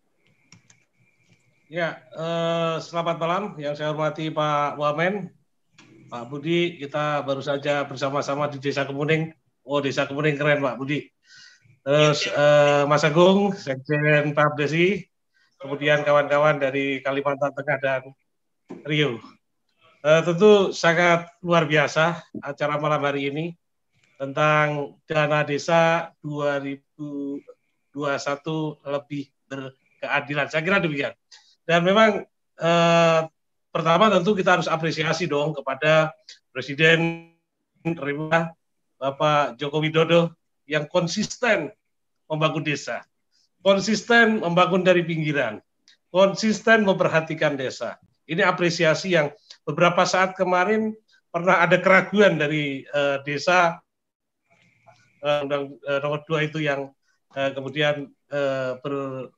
I: Ya, eh, selamat malam yang saya hormati Pak Wamen, Pak Budi. Kita baru saja bersama-sama di Desa Kemuning. Oh, Desa Kemuning keren Pak Budi. Terus eh, Mas Agung, Sekjen Papdesi, kemudian kawan-kawan dari Kalimantan Tengah dan Riau. Uh, tentu sangat luar biasa acara malam hari ini tentang dana desa dua ribu dua puluh satu lebih berkeadilan. Saya kira demikian. Dan memang uh, pertama tentu kita harus apresiasi dong kepada Presiden Republik Bapak Joko Widodo yang konsisten membangun desa, konsisten membangun dari pinggiran, konsisten memperhatikan desa. Ini apresiasi yang beberapa saat kemarin pernah ada keraguan dari uh, desa uh, uh, nomor dua itu yang uh, kemudian uh, ber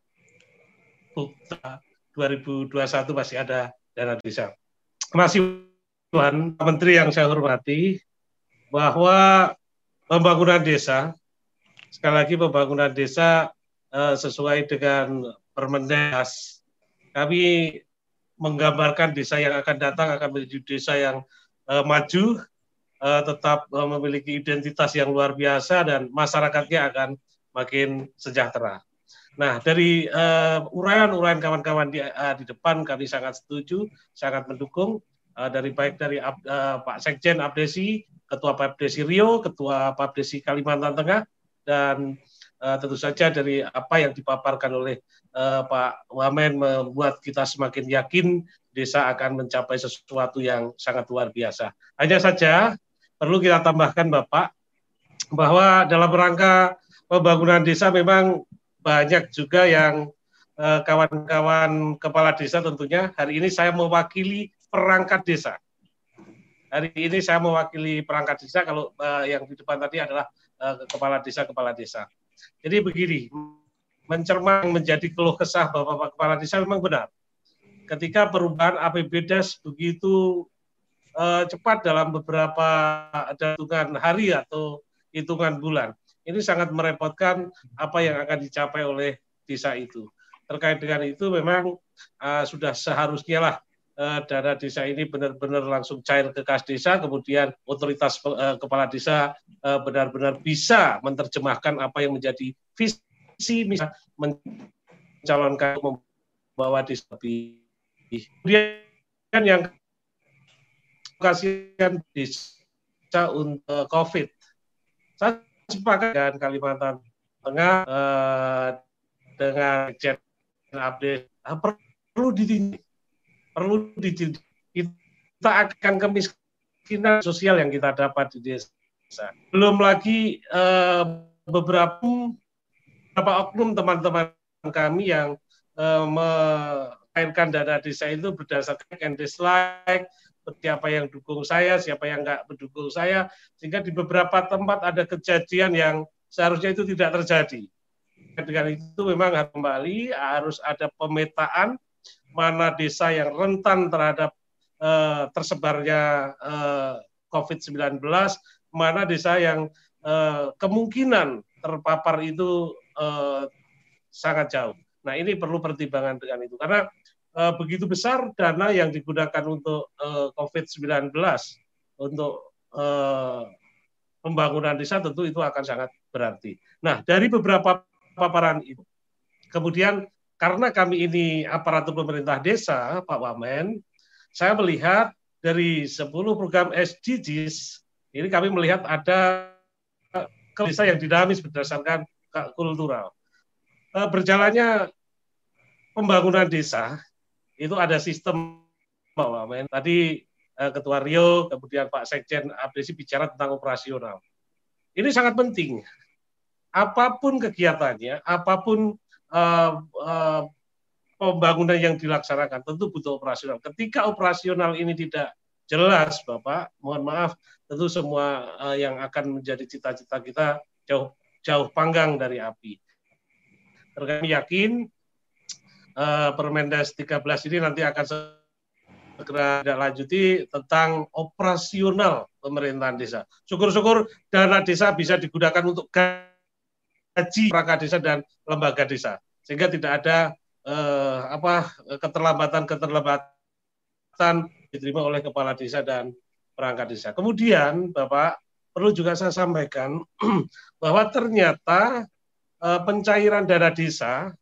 I: dua ribu dua puluh satu masih ada dana desa. Terima kasih Tuhan, Menteri yang saya hormati, bahwa pembangunan desa, sekali lagi pembangunan desa uh, sesuai dengan Permendas, kami menggambarkan desa yang akan datang akan menjadi desa yang uh, maju, uh, tetap uh, memiliki identitas yang luar biasa dan masyarakatnya akan makin sejahtera. Nah, dari uh, uraian-uraian kawan-kawan di, uh, di depan kami sangat setuju, sangat mendukung, uh, dari baik dari uh, Pak Sekjen Apdesi, Ketua Papdesi Riau, Ketua Papdesi Kalimantan Tengah, dan uh, tentu saja dari apa yang dipaparkan oleh Uh, Pak Wamen membuat kita semakin yakin desa akan mencapai sesuatu yang sangat luar biasa. Hanya saja perlu kita tambahkan Bapak, bahwa dalam rangka pembangunan desa memang banyak juga yang uh, kawan-kawan kepala desa tentunya. Hari ini saya mewakili perangkat desa. Hari ini saya mewakili perangkat desa, kalau uh, yang di depan tadi adalah uh, kepala desa-kepala desa. Jadi begini, mencermang menjadi keluh kesah Bapak Kepala Desa memang benar. Ketika perubahan A P B D E S begitu uh, cepat dalam beberapa hitungan hari atau hitungan bulan, ini sangat merepotkan apa yang akan dicapai oleh desa itu. Terkait dengan itu memang uh, sudah seharusnya lah uh, dana desa ini benar-benar langsung cair ke kas desa, kemudian otoritas uh, kepala desa uh, benar-benar bisa menerjemahkan apa yang menjadi visi bisa mencalonkan membawa desa lebih. Kemudian yang pengalokasian desa untuk COVID. Saya sepakat dengan Kalimantan Tengah eh, dengan Jen update eh, perlu ditinjau, perlu ditinjau. Kita akan kemiskinan sosial yang kita dapat di desa. Belum lagi eh, beberapa beberapa oknum teman-teman kami yang eh, mencairkan dana desa itu berdasarkan and dislike, siapa yang dukung saya, siapa yang nggak mendukung saya, sehingga di beberapa tempat ada kejadian yang seharusnya itu tidak terjadi. Dengan itu memang harus kembali, harus ada pemetaan mana desa yang rentan terhadap eh, tersebarnya eh, COVID sembilan belas, mana desa yang eh, kemungkinan terpapar itu eh, sangat jauh. Nah, ini perlu pertimbangan dengan itu, karena eh, begitu besar dana yang digunakan untuk eh, COVID sembilan belas, untuk eh, pembangunan desa, tentu itu akan sangat berarti. Nah, dari beberapa paparan itu, kemudian karena kami ini aparatur pemerintah desa, Pak Wamen, saya melihat dari sepuluh program S D Gs, ini kami melihat ada desa yang dinamis berdasarkan kultural. Berjalannya pembangunan desa, itu ada sistem, Pak Wamen. Tadi Ketua Rio, kemudian Pak Sekjen Abdesi bicara tentang operasional. Ini sangat penting. Apapun kegiatannya, apapun uh, uh, pembangunan yang dilaksanakan, tentu butuh operasional. Ketika operasional ini tidak jelas, Bapak, mohon maaf, tentu semua uh, yang akan menjadi cita-cita kita jauh jauh panggang dari api. Kami yakin uh, Permendes tiga belas ini nanti akan segera tidak lanjuti tentang operasional pemerintahan desa. Syukur-syukur dana desa bisa digunakan untuk gaji perangkat desa dan lembaga desa, sehingga tidak ada eh, apa keterlambatan-keterlambatan diterima oleh kepala desa dan perangkat desa. Kemudian, Bapak, perlu juga saya sampaikan bahwa ternyata eh, pencairan dana desa,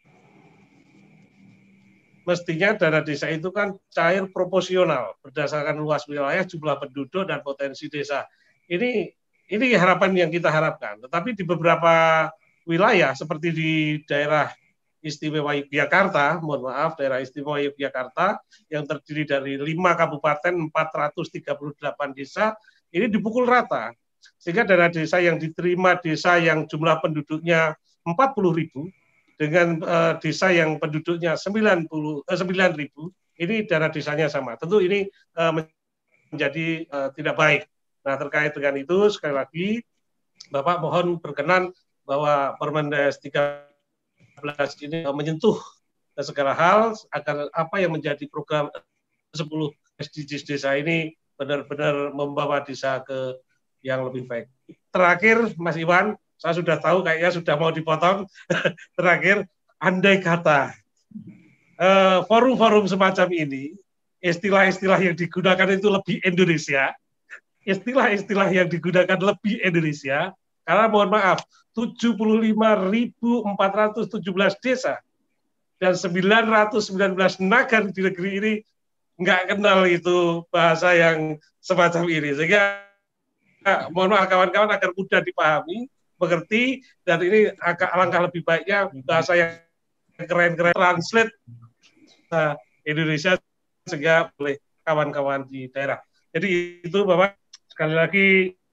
I: mestinya dana desa itu kan cair proporsional berdasarkan luas wilayah, jumlah penduduk, dan potensi desa. Ini ini harapan yang kita harapkan. Tetapi di beberapa wilayah seperti di daerah Istimewa Yogyakarta, mohon maaf, daerah Istimewa Yogyakarta yang terdiri dari lima kabupaten, empat ratus tiga puluh delapan desa, ini dipukul rata. Sehingga dana desa yang diterima desa yang jumlah penduduknya empat puluh ribu, dengan uh, desa yang penduduknya sembilan puluh, eh, sembilan ribu, ini dana desanya sama. Tentu ini uh, menjadi uh, tidak baik. Nah, terkait dengan itu, sekali lagi, Bapak mohon berkenan bahwa Permendes tiga belas ini uh, menyentuh segala hal agar apa yang menjadi program sepuluh S D Gs desa ini benar-benar membawa desa ke yang lebih baik. Terakhir, Mas Iwan, saya sudah tahu kayaknya sudah mau dipotong. Terakhir, andai kata uh, forum-forum semacam ini, istilah-istilah yang digunakan itu lebih Indonesia, istilah-istilah yang digunakan lebih Indonesia, karena mohon maaf, tujuh puluh lima ribu empat ratus tujuh belas desa dan sembilan ratus sembilan belas nagar di negeri ini nggak kenal itu bahasa yang semacam ini. Sehingga mohon maaf kawan-kawan agar mudah dipahami, mengerti, dan ini agak alangkah lebih baiknya bahasa yang keren-keren translate uh, Indonesia sehingga oleh kawan-kawan di daerah. Jadi itu Bapak, sekali lagi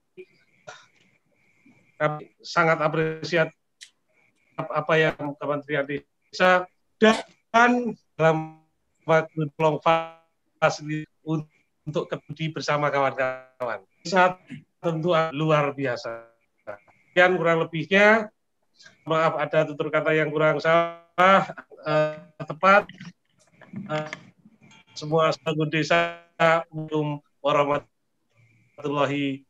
I: kami sangat apresiasi apa yang Kementerian Desa dan dalam waktu long fasilitas untuk kebudi bersama kawan-kawan. Saat tentu luar biasa. Dan kurang lebihnya, maaf ada tutur kata yang kurang salah, eh, tepat, eh, semua seluruh desa, Assalamualaikum warahmatullahi.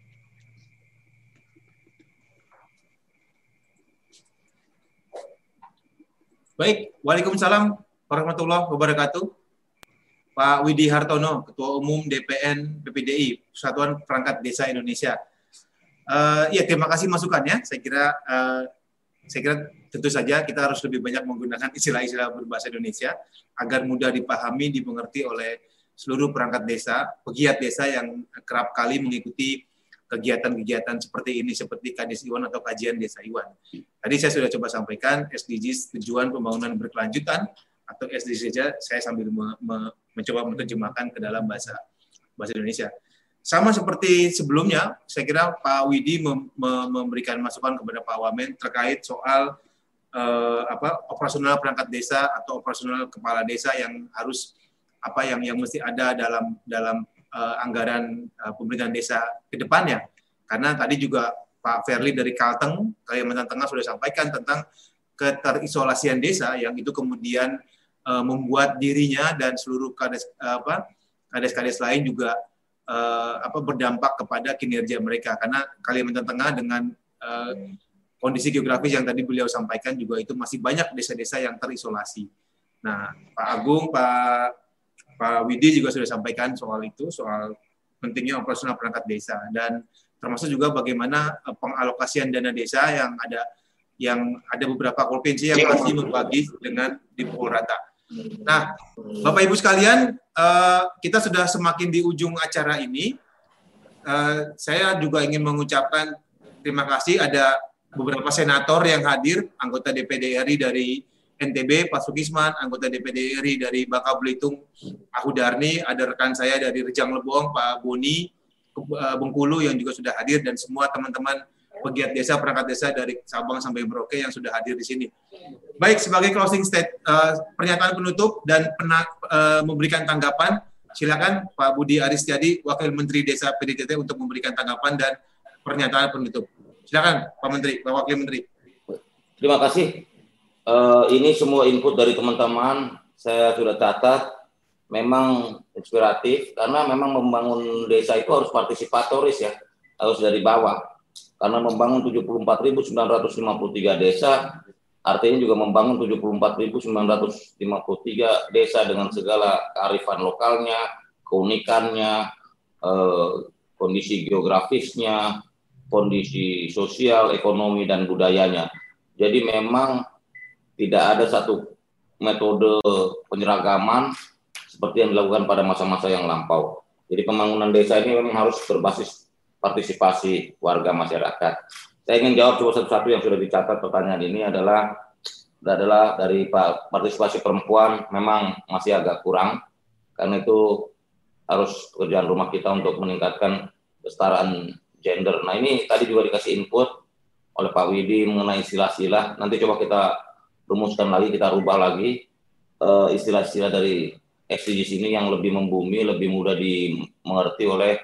B: Baik, Waalaikumsalam warahmatullahi wabarakatuh. Pak Widi Hartono, Ketua Umum D P N P P D I, Persatuan Perangkat Desa Indonesia. Uh, ya, terima kasih masukannya. Saya kira, uh, saya kira tentu saja kita harus lebih banyak menggunakan istilah-istilah berbahasa Indonesia agar mudah dipahami, dimengerti oleh seluruh perangkat desa, pegiat desa yang kerap kali mengikuti kegiatan-kegiatan seperti ini, seperti Kades Iwan atau kajian Desa Iwan. Tadi saya sudah coba sampaikan S D Gs tujuan pembangunan berkelanjutan atau S D Gs saja saya sambil me me mencoba menerjemahkan ke dalam bahasa bahasa Indonesia. Sama seperti sebelumnya, saya kira Pak Widi mem mem memberikan masukan kepada Pak Wamen terkait soal uh, apa operasional perangkat desa atau operasional kepala desa yang harus apa yang yang mesti ada dalam dalam Uh, anggaran uh, pemerintahan desa ke depannya. Karena tadi juga Pak Verly dari Kalteng, Kalimantan Tengah sudah sampaikan tentang keterisolasian desa yang itu kemudian uh, membuat dirinya dan seluruh kades uh, apa kades-kades lain juga uh, apa berdampak kepada kinerja mereka. Karena Kalimantan Tengah dengan uh, kondisi geografis yang tadi beliau sampaikan juga itu masih banyak desa-desa yang terisolasi. Nah, Pak Agung, Pak Pak Widi juga sudah sampaikan soal itu, soal pentingnya operasional perangkat desa dan termasuk juga bagaimana pengalokasian dana desa yang ada yang ada beberapa provinsi yang masih membagi dengan dipukul rata. Nah, Bapak Ibu sekalian, kita sudah semakin di ujung acara ini. Saya juga ingin mengucapkan terima kasih ada beberapa senator yang hadir, anggota D P D R I dari N T B, Pak Sukisman, anggota D P D R I dari Bangka Belitung, Ahudarni, ada rekan saya dari Rejang Lebong, Pak Boni, Bengkulu yang juga sudah hadir, dan semua teman-teman pegiat desa, perangkat desa dari Sabang sampai Merauke yang sudah hadir di sini. Baik, sebagai closing state, uh, pernyataan penutup dan pena, uh, memberikan tanggapan, silakan Pak Budi Aristiadi, Wakil Menteri Desa P D T T untuk memberikan tanggapan dan pernyataan penutup. Silakan Pak Menteri, Pak Wakil Menteri.
D: Terima kasih. Uh, ini semua input dari teman-teman, saya sudah catat, memang inspiratif, karena memang membangun desa itu harus partisipatoris ya, harus dari bawah. Karena membangun tujuh puluh empat ribu sembilan ratus lima puluh tiga desa, artinya juga membangun tujuh puluh empat ribu sembilan ratus lima puluh tiga desa dengan segala kearifan lokalnya, keunikannya, eh, kondisi geografisnya, kondisi sosial, ekonomi, dan budayanya. Jadi memang tidak ada satu metode penyeragaman seperti yang dilakukan pada masa-masa yang lampau. Jadi pembangunan desa ini memang harus berbasis partisipasi warga masyarakat. Saya ingin jawab cuma satu-satu yang sudah dicatat pertanyaan ini adalah adalah dari Pak, partisipasi perempuan memang masih agak kurang, karena itu harus pekerjaan rumah kita untuk meningkatkan kesetaraan gender. Nah ini tadi juga dikasih input oleh Pak Widi mengenai istilah-istilah. Nanti coba kita rumuskan lagi, kita rubah lagi uh, istilah-istilah dari S D Gs ini yang lebih membumi, lebih mudah dimengerti oleh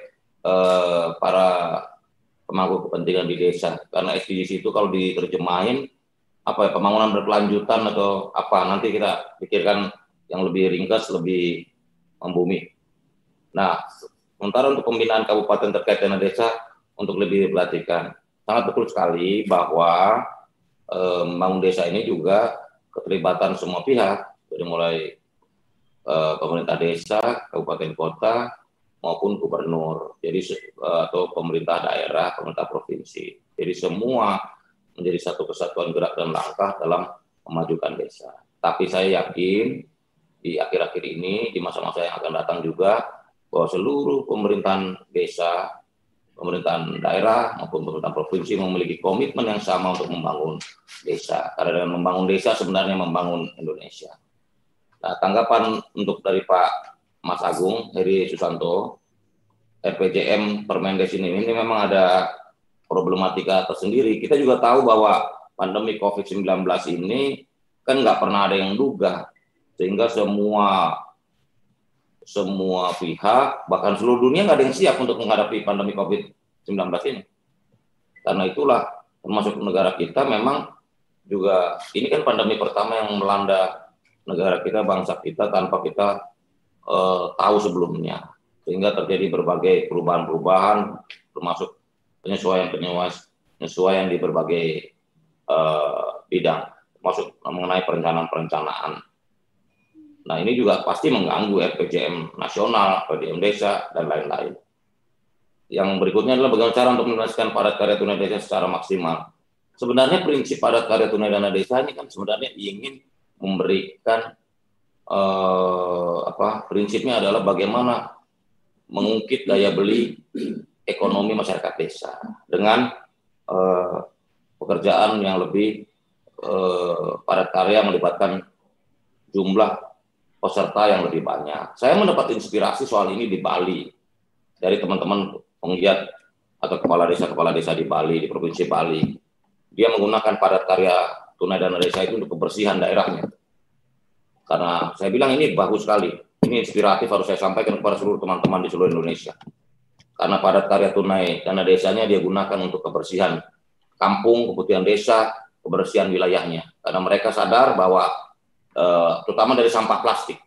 D: uh, para pemangku kepentingan di desa. Karena S D Gs itu kalau diterjemahin apa ya, pembangunan berkelanjutan atau apa, nanti kita pikirkan yang lebih ringkas, lebih membumi. Nah, sementara untuk pembinaan kabupaten terkait dana desa untuk lebih diperhatikan. Sangat betul sekali bahwa eh, membangun desa ini juga keterlibatan semua pihak, dari mulai eh, pemerintah desa, kabupaten kota, maupun gubernur, jadi eh, atau pemerintah daerah, pemerintah provinsi. Jadi semua menjadi satu kesatuan gerak dan langkah dalam memajukan desa. Tapi saya yakin di akhir-akhir ini, di masa-masa yang akan datang juga, bahwa seluruh pemerintahan desa, pemerintahan daerah maupun pemerintahan provinsi memiliki komitmen yang sama untuk membangun desa. Karena dengan membangun desa sebenarnya membangun Indonesia. Nah, tanggapan untuk dari Pak Mas Agung Heri Susanto, R P J M Permendes ini, ini memang ada problematika tersendiri. Kita juga tahu bahwa pandemi covid sembilan belas ini kan nggak pernah ada yang duga, sehingga semua semua pihak, bahkan seluruh dunia nggak ada yang siap untuk menghadapi pandemi covid sembilan belas ini. Karena itulah, termasuk negara kita memang juga, ini kan pandemi pertama yang melanda negara kita, bangsa kita, tanpa kita eh, tahu sebelumnya. Sehingga terjadi berbagai perubahan-perubahan, termasuk penyesuaian-penyesuaian di berbagai uh, bidang, termasuk mengenai perencanaan-perencanaan. Nah, ini juga pasti mengganggu R P J M nasional, R P J M desa, dan lain-lain. Yang berikutnya adalah bagaimana cara untuk menuntaskan padat karya tunai desa secara maksimal. Sebenarnya prinsip padat karya tunai dana desa ini kan sebenarnya ingin memberikan eh, apa prinsipnya adalah bagaimana mengungkit daya beli ekonomi masyarakat desa dengan eh, pekerjaan yang lebih eh, padat karya, melibatkan jumlah peserta yang lebih banyak. Saya mendapat inspirasi soal ini di Bali dari teman-teman penggiat atau kepala desa-kepala desa di Bali, di Provinsi Bali. Dia menggunakan padat karya tunai dana desa itu untuk kebersihan daerahnya. Karena saya bilang ini bagus sekali, ini inspiratif, harus saya sampaikan kepada seluruh teman-teman di seluruh Indonesia. Karena padat karya tunai dana desanya dia gunakan untuk kebersihan kampung, kemudian desa, kebersihan wilayahnya. Karena mereka sadar bahwa eh, terutama dari sampah plastik.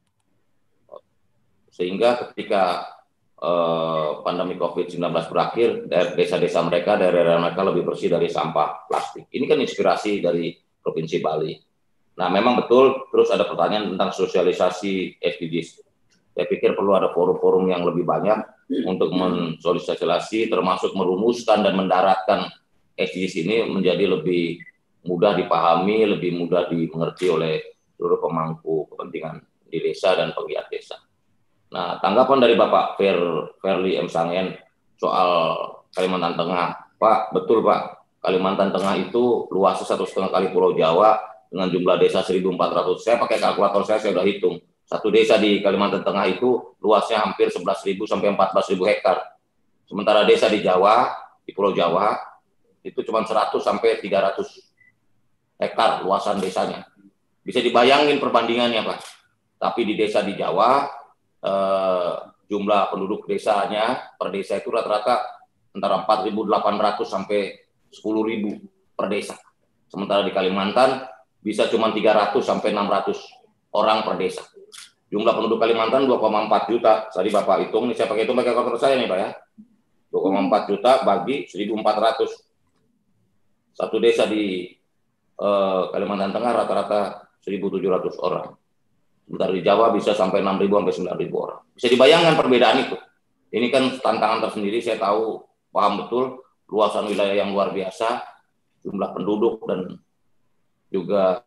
D: Sehingga ketika eh, pandemi covid sembilan belas berakhir, desa-desa mereka, daerah-daerah mereka lebih bersih dari sampah plastik. Ini kan inspirasi dari Provinsi Bali. Nah, memang betul, terus ada pertanyaan tentang sosialisasi S D Gs. Saya pikir perlu ada forum-forum yang lebih banyak untuk mensosialisasi, termasuk merumuskan dan mendaratkan S D Gs ini menjadi lebih mudah dipahami, lebih mudah dimengerti oleh seluruh pemangku kepentingan di desa dan penggiat desa. Nah, tanggapan dari Bapak Fer, Ferli M. Sangen soal Kalimantan Tengah. Pak, betul Pak, Kalimantan Tengah itu luasnya satu setengah kali Pulau Jawa, dengan jumlah desa seribu empat ratus. Saya pakai kalkulator saya, saya sudah hitung. Satu desa di Kalimantan Tengah itu luasnya hampir sebelas ribu sampai empat belas ribu hektar. Sementara desa di Jawa, di Pulau Jawa, itu cuma seratus sampai tiga ratus hektar luasan desanya. Bisa dibayangin perbandingannya, Pak. Tapi di desa di Jawa, eh, jumlah penduduk desanya per desa itu rata-rata antara empat ribu delapan ratus sampai sepuluh ribu per desa. Sementara di Kalimantan bisa cuma tiga ratus sampai enam ratus orang per desa. Jumlah penduduk Kalimantan dua koma empat juta. Tadi Bapak hitung, nih saya pakai hitung pakai kalkulator saya nih Pak ya. dua koma empat juta bagi seribu empat ratus. Satu desa di eh, Kalimantan Tengah rata-rata seribu tujuh ratus orang. Sementara di Jawa bisa sampai enam ribu sampai sembilan ribu orang. Bisa dibayangkan perbedaan itu. Ini kan tantangan tersendiri, saya tahu, paham betul, luasan wilayah yang luar biasa, jumlah penduduk dan juga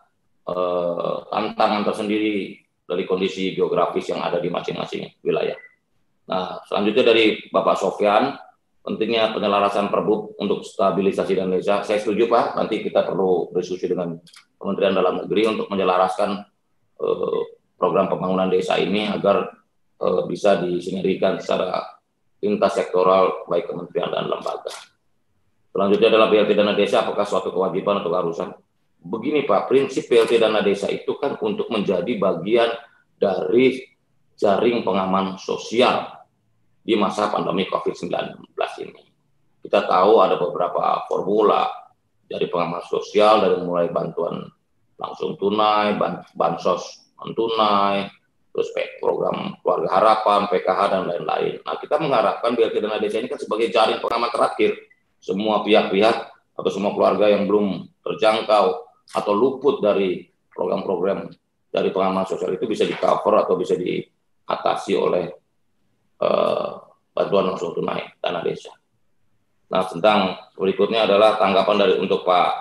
D: eh, tantangan tersendiri dari kondisi geografis yang ada di masing-masing wilayah. Nah, selanjutnya dari Bapak Sofyan, pentingnya penyelarasan Perbup untuk stabilisasi dana desa. Saya setuju Pak, nanti kita perlu berdiskusi dengan Kementerian Dalam Negeri untuk menyelaraskan eh, program pembangunan desa ini agar eh, bisa disinergikan secara lintas sektoral baik kementerian dan lembaga. Selanjutnya adalah B L T dana desa, apakah suatu kewajiban atau keharusan? Begini Pak, prinsip B L T dana desa itu kan untuk menjadi bagian dari jaring pengaman sosial di masa pandemi covid sembilan belas ini. Kita tahu ada beberapa formula dari pengaman sosial, dari mulai bantuan langsung tunai, bansos non-tunai, terus program keluarga harapan, P K H, dan lain-lain. Nah, kita mengharapkan B L T dana desa ini kan sebagai jaring pengaman terakhir. Semua pihak-pihak atau semua keluarga yang belum terjangkau atau luput dari program-program dari pengaman sosial itu bisa di-cover atau bisa diatasi oleh uh, bantuan langsung tunai dana desa. Nah, tentang berikutnya adalah tanggapan dari untuk Pak,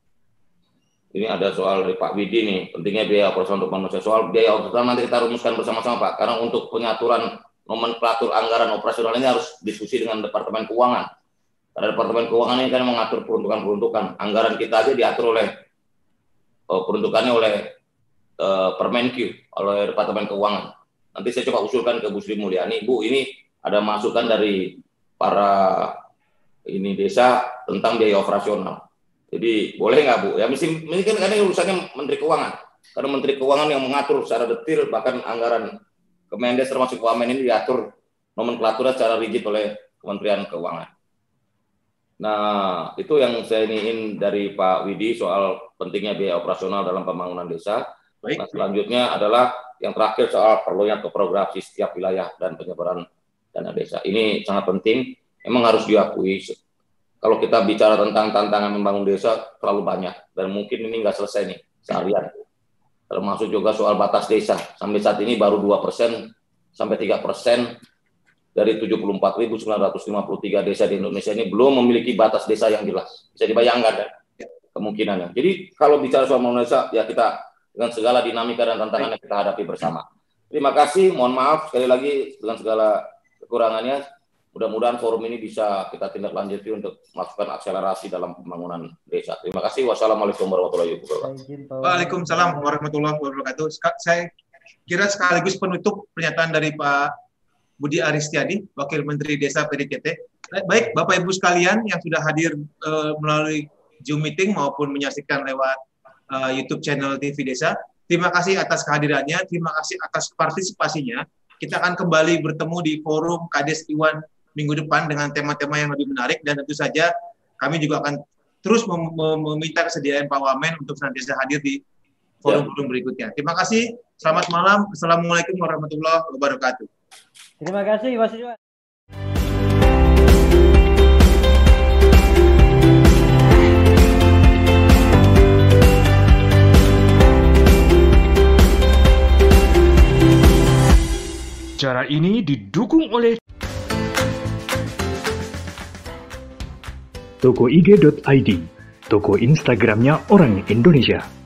D: ini ada soal dari Pak Widi nih, pentingnya biaya operasional untuk manusia. Soal biaya operasional nanti kita rumuskan bersama-sama Pak, karena untuk pengaturan nomenklatur anggaran operasional ini harus diskusi dengan Departemen Keuangan. Karena Departemen Keuangan ini kan mengatur peruntukan-peruntukan. Anggaran kita aja diatur oleh uh, peruntukannya oleh uh, Permenkyu, oleh Departemen Keuangan. Nanti saya coba usulkan ke Bu Sri Mulyani, Bu, ini ada masukan dari para ini desa tentang biaya operasional. Jadi boleh nggak Bu? Ya mesti ini kan karena urusannya Menteri Keuangan. Karena Menteri Keuangan yang mengatur secara detail, bahkan anggaran Kemendes termasuk Wamen ini diatur nomenklaturnya secara rigid oleh Kementerian Keuangan. Nah, itu yang saya ingin dari Pak Widi soal pentingnya biaya operasional dalam pembangunan desa. Baik. Nah, selanjutnya adalah yang terakhir soal perlunya topografi setiap wilayah dan penyebaran dana desa. Ini sangat penting, memang harus diakui. Kalau kita bicara tentang tantangan membangun desa, terlalu banyak. Dan mungkin ini nggak selesai nih, seharian. Termasuk juga soal batas desa. Sampai saat ini baru dua persen sampai tiga persen dari tujuh puluh empat ribu sembilan ratus lima puluh tiga desa di Indonesia ini belum memiliki batas desa yang jelas. Bisa dibayangkan kan kemungkinannya. Jadi kalau bicara soal pembangunan desa, ya kita dengan segala dinamika dan tantangan yang kita hadapi bersama. Terima kasih, mohon maaf sekali lagi dengan segala kekurangannya. Mudah-mudahan forum ini bisa kita tindak lanjuti untuk melakukan akselerasi dalam pembangunan desa. Terima kasih. Wassalamualaikum warahmatullahi wabarakatuh.
B: Waalaikumsalam warahmatullahi wabarakatuh. Saya kira sekaligus penutup pernyataan dari Pak Budi Aristiadi, Wakil Menteri Desa P D K T. Baik, Bapak Ibu sekalian yang sudah hadir uh, melalui Zoom meeting maupun menyaksikan lewat uh, YouTube channel T V Desa. Terima kasih atas kehadirannya, terima kasih atas partisipasinya. Kita akan kembali bertemu di forum Kades Iwan minggu depan dengan tema-tema yang lebih menarik, dan tentu saja kami juga akan terus mem mem meminta kesediaan Pak Wamen untuk senantiasa hadir di forum-forum berikutnya. Terima kasih, selamat malam, Assalamualaikum warahmatullahi wabarakatuh.
C: Terima kasih, Mas Iwan.
A: Acara ini didukung oleh toko I G dot I D, toko Instagramnya orang Indonesia.